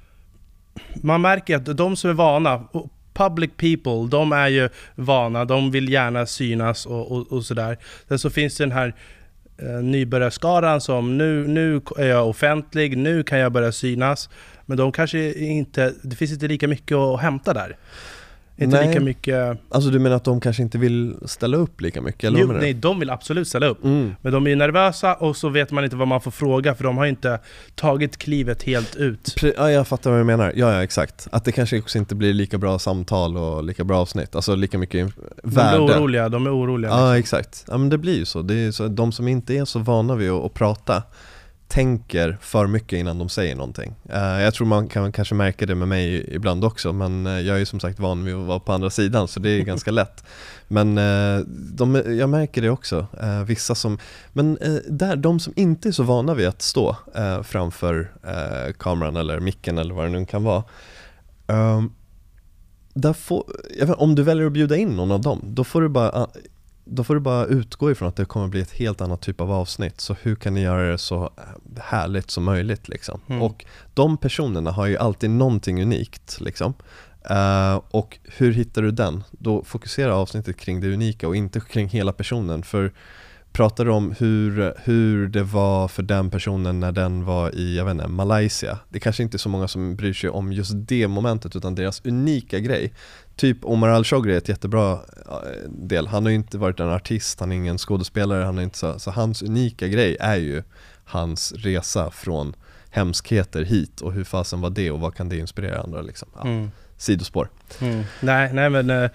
Man märker att de som är vana, public people, de är ju vana, de vill gärna synas och, och, och sådär. Sen så finns det den här eh, nybörjarskaran som nu, nu är jag offentlig, nu kan jag börja synas. Men de kanske inte, det finns inte lika mycket att hämta där. Inte nej. lika mycket... Alltså du menar att de kanske inte vill ställa upp lika mycket? Eller Jo, vad nej, de vill absolut ställa upp. Mm. Men de är nervösa och så vet man inte vad man får fråga, för de har inte tagit klivet helt ut. Pre- ja, jag fattar vad du menar. Ja, ja, exakt. Att det kanske också inte blir lika bra samtal och lika bra avsnitt. Alltså lika mycket värde. De är oroliga, de är oroliga. Ja, liksom. exakt. Ja, men det blir ju så. Det är så. De som inte är så vana vid att, att prata tänker för mycket innan de säger någonting. Uh, jag tror man kan kanske märka det med mig ibland också, men uh, jag är ju som sagt van vid att vara på andra sidan, så det är ganska lätt. Men uh, de, jag märker det också. Uh, vissa som, men uh, där, de som inte är så vana vid att stå uh, framför uh, kameran eller micken eller vad det nu kan vara. Um, där får, jag vet, om du väljer att bjuda in någon av dem, då får du bara... Uh, Då får du bara utgå ifrån att det kommer bli ett helt annat typ av avsnitt. Så hur kan ni göra det så härligt som möjligt liksom? Mm. Och de personerna har ju alltid någonting unikt liksom. Uh, och hur hittar du den? Då fokuserar avsnittet kring det unika och inte kring hela personen. För pratar du om hur, hur det var för den personen när den var i, jag vet inte, Malaysia. Det kanske inte är så många som bryr sig om just det momentet, utan deras unika grej. Typ Omar Al-Shogri är ett jättebra del. Han har ju inte varit en artist, han är ingen skådespelare, han är inte så, så hans unika grej är ju hans resa från hemskheter hit, och hur fasen var det och vad kan det inspirera andra liksom. Ja, mm. Sidospår. Mm. Nej, nej men uh,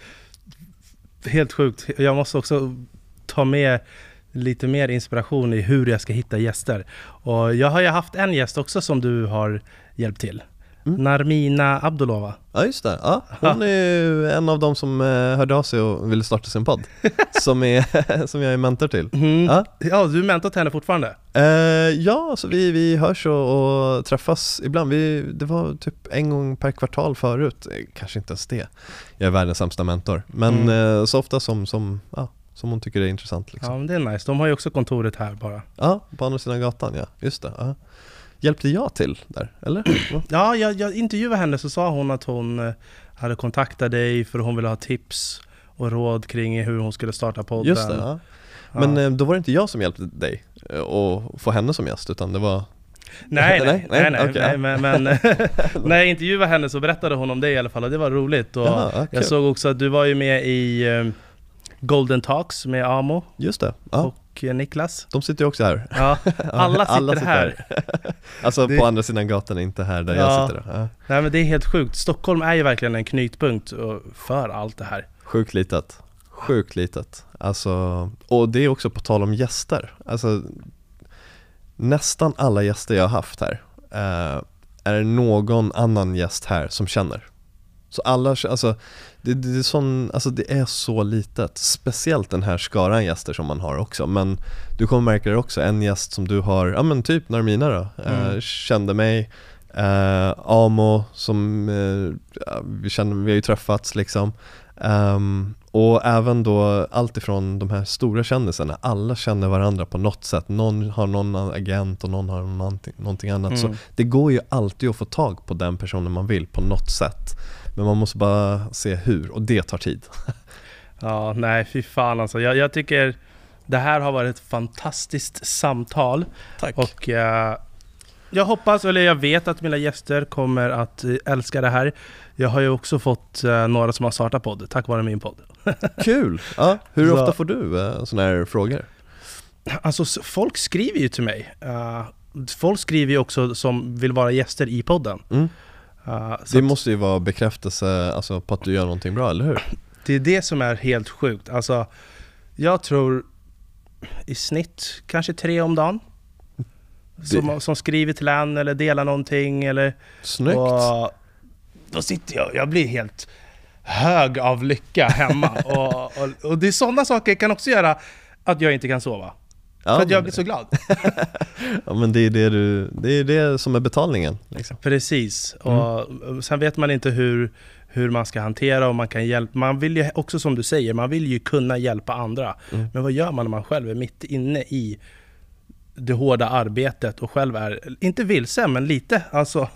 helt sjukt. Jag måste också ta med lite mer inspiration i hur jag ska hitta gäster. Och jag har ju haft en gäst också som du har hjälpt till. Mm. Narmina Abdulova. Ja, just det. Ja, hon är ju en av dem som eh, hörde av sig och ville starta sin podd. som, är, som jag är mentor till. Mm. Ja. Ja, du är mentor till henne fortfarande? Eh, ja, alltså vi, vi hörs och, och träffas ibland. Vi, det var typ en gång per kvartal förut. Kanske inte ens det. Jag är världens sämsta mentor. Men mm. eh, så ofta som, som, ja, som hon tycker det är intressant. Liksom. Ja, men det är nice. De har ju också kontoret här bara. Ja, på andra sidan gatan, ja. Just det, ja. Hjälpte jag till där, eller? Ja, jag, jag intervjuade henne, så sa hon att hon hade kontaktat dig för hon ville ha tips och råd kring hur hon skulle starta podden. Just det, ja. Men ja. Då var det inte jag som hjälpte dig att få henne som gäst, utan det var... Nej, nej, nej, nej, okay. nej men, men när jag intervjuade henne så berättade hon om dig i alla fall, och det var roligt. Och ja, okay. Jag såg också att du var ju med i um, Golden Talks med Amo. Just det, ja. Och Niklas. De sitter ju också här. Ja, alla sitter, alla sitter här. Alltså det... på andra sidan gatan, inte här där ja. jag sitter. Ja. Nej, men det är helt sjukt. Stockholm är ju verkligen en knytpunkt för allt det här. Sjukt litet. Sjukt litet. Alltså, och det är också på tal om gäster. Alltså, nästan alla gäster jag har haft här eh, är det någon annan gäst här som känner. Så alla, alltså det, det, är sån, alltså det är så litet. Speciellt den här skaran gäster som man har också. Men du kommer märka det också. En gäst som du har, ja men typ Narmina då, mm. eh, kände mig. eh, Amo som eh, vi, känner, vi har ju träffats liksom. Um, och även då allt ifrån de här stora kändisarna, alla känner varandra på något sätt. Någon har någon agent och någon har någonting, någonting annat. Mm. Så det går ju alltid att få tag på den personen man vill på något sätt. Men man måste bara se hur, och det tar tid. Ja, nej, fy fan alltså. Jag, jag tycker det här har varit ett fantastiskt samtal. Tack. Och uh, jag hoppas, eller jag vet att mina gäster kommer att älska det här. Jag har ju också fått uh, några som har startat podd tack vare min podd. Kul! Ja, hur Så, ofta får du uh, såna här frågor? Alltså, folk skriver ju till mig. Uh, folk skriver ju också som vill vara gäster i podden. Mm. Uh, det måste ju vara bekräftelse alltså, på att du gör någonting bra, eller hur? Det är det som är helt sjukt. Alltså, jag tror i snitt kanske tre om dagen. Som, som skriver till en eller delar någonting eller, snyggt. Och då sitter jag, jag blir helt hög av lycka hemma. och, och, och det är sådana saker kan också göra att jag inte kan sova. Ja, för att jag blir så glad. Ja, men det är det, du, det är det som är betalningen liksom. Precis. Mm. Och sen vet man inte hur, hur man ska hantera och man kan hjälpa. Man vill ju också, som du säger, man vill ju kunna hjälpa andra. Mm. Men vad gör man när man själv är mitt inne i det hårda arbetet och själv är, inte vilse, men lite, alltså...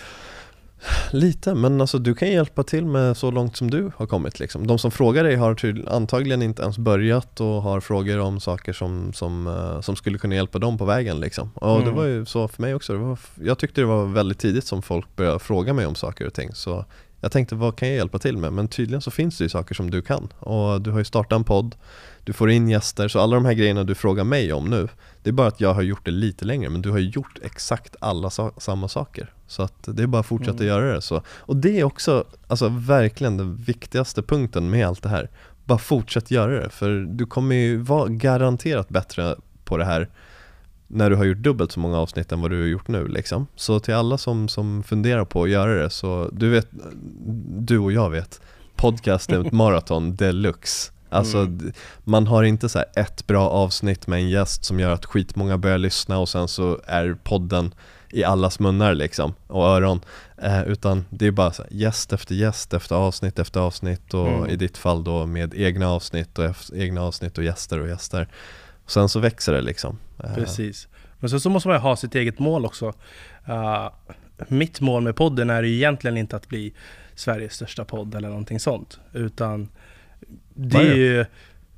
Lite, men alltså du kan hjälpa till med så långt som du har kommit liksom. De som frågar dig har tydlig, antagligen inte ens börjat och har frågor om saker som, som, uh, som skulle kunna hjälpa dem på vägen liksom. Och mm. det var ju så för mig också. Det var, jag tyckte det var väldigt tidigt som folk började fråga mig om saker och ting. Så jag tänkte, vad kan jag hjälpa till med? Men tydligen så finns det ju saker som du kan. Och du har ju startat en podd, du får in gäster, så alla de här grejerna du frågar mig om nu, det är bara att jag har gjort det lite längre, men du har gjort exakt alla so- samma saker. Så att det är bara att fortsätta mm. göra det så. Och det är också alltså, verkligen den viktigaste punkten med allt det här. Bara fortsätt göra det, för du kommer ju vara garanterat bättre på det här när du har gjort dubbelt så många avsnitt än vad du har gjort nu liksom. Så till alla som, som funderar på att göra det, så du vet, du och jag vet, podcast är ett maraton deluxe. Alltså mm. man har inte så här ett bra avsnitt med en gäst som gör att skitmånga börjar lyssna och sen så är podden i allas munnar liksom och öron, eh, utan det är bara så här, gäst efter gäst efter avsnitt efter avsnitt och mm. i ditt fall då med egna avsnitt och efter, egna avsnitt och gäster och gäster. Och sen så växer det liksom. Precis. Men så, så måste man ju ha sitt eget mål också. Uh, mitt mål med podden är ju egentligen inte att bli Sveriges största podd eller någonting sånt, utan det är ju,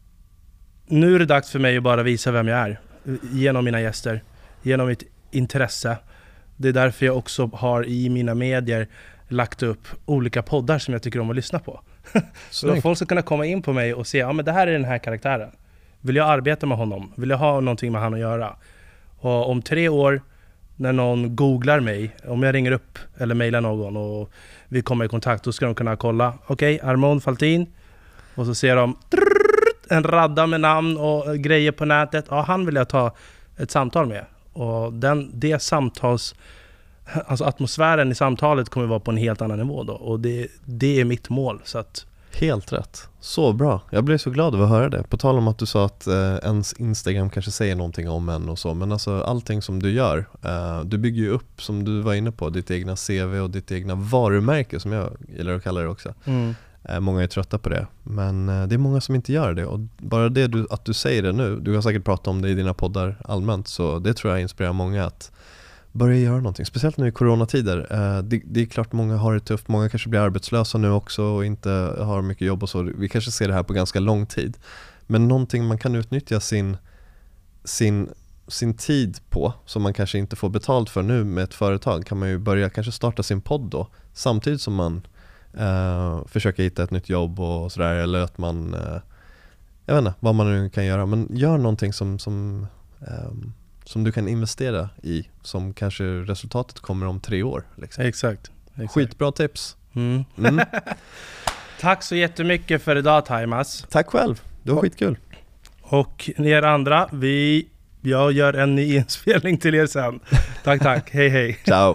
nu är det dags för mig att bara visa vem jag är genom mina gäster, genom mitt intresse. Det är därför jag också har i mina medier lagt upp olika poddar som jag tycker om att lyssna på. Så att folk ska kunna komma in på mig och se, ja men det här är den här karaktären. Vill jag arbeta med honom? Vill jag ha någonting med han att göra? Och om tre år när någon googlar mig, om jag ringer upp eller mejlar någon och vi kommer i kontakt, då ska de kunna kolla, okej, okay, Armond Faltin. Och så ser de en radda med namn och grejer på nätet. Ja, han vill jag ta ett samtal med. Och den, det samtals... Alltså atmosfären i samtalet kommer vara på en helt annan nivå då. Och det, det är mitt mål. Så att... Helt rätt. Så bra. Jag blev så glad över att höra det. På tal om att du sa att eh, ens Instagram kanske säger någonting om en och så. Men alltså allting som du gör. Eh, du bygger ju upp, som du var inne på, ditt egna C V och ditt egna varumärke, som jag gillar att kalla det också. Mm. Många är trötta på det, men det är många som inte gör det, och bara det du, att du säger det nu, du har säkert pratat om det i dina poddar allmänt, så det tror jag inspirerar många att börja göra någonting, speciellt nu i coronatider. Det, det är klart många har det tufft, många kanske blir arbetslösa nu också och inte har mycket jobb och så, vi kanske ser det här på ganska lång tid, men någonting man kan utnyttja sin, sin, sin tid på, som man kanske inte får betalt för nu med ett företag, kan man ju börja kanske starta sin podd då, samtidigt som man Uh, försöka hitta ett nytt jobb och sådär, eller att man uh, jag vet inte vad man nu kan göra, men gör någonting som som, um, som du kan investera i, som kanske resultatet kommer om tre år liksom. Exakt, exakt. Skitbra tips. Mm. Mm. Tack så jättemycket för idag, Taimas. Tack själv, det var skitkul. Och er andra, vi jag gör en ny inspelning till er sen. Tack, tack. Hej, hej. Ciao.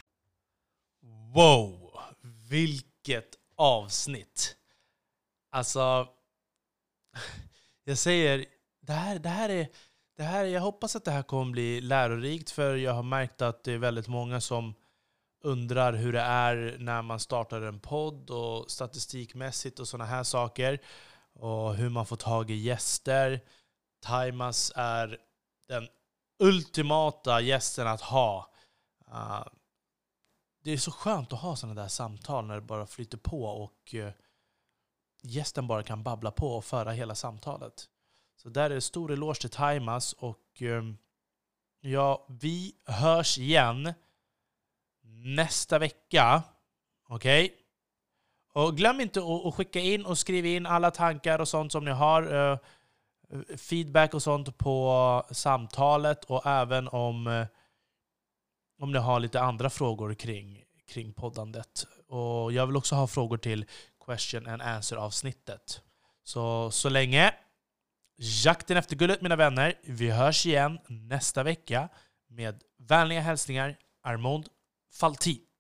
Wow. Vilket avsnitt. Alltså, jag säger, det här, det här är, det här, jag hoppas att det här kommer bli lärorikt, för jag har märkt att det är väldigt många som undrar hur det är när man startar en podd och statistikmässigt och såna här saker, och hur man får tag i gäster. Taimas är den ultimata gästen att ha. Uh, Det är så skönt att ha sådana där samtal när det bara flyter på och uh, gästen bara kan babbla på och föra hela samtalet. Så där är det stor eloge till Taimas, och um, ja, vi hörs igen nästa vecka. Okej? Okay? Och glöm inte att, att skicka in och skriva in alla tankar och sånt som ni har. Uh, feedback och sånt på samtalet, och även om... Uh, om ni har lite andra frågor kring, kring poddandet. Och jag vill också ha frågor till question and answer avsnittet. Så, så länge, jakten efter guldet, mina vänner. Vi hörs igen nästa vecka med vänliga hälsningar, Armond Faltin.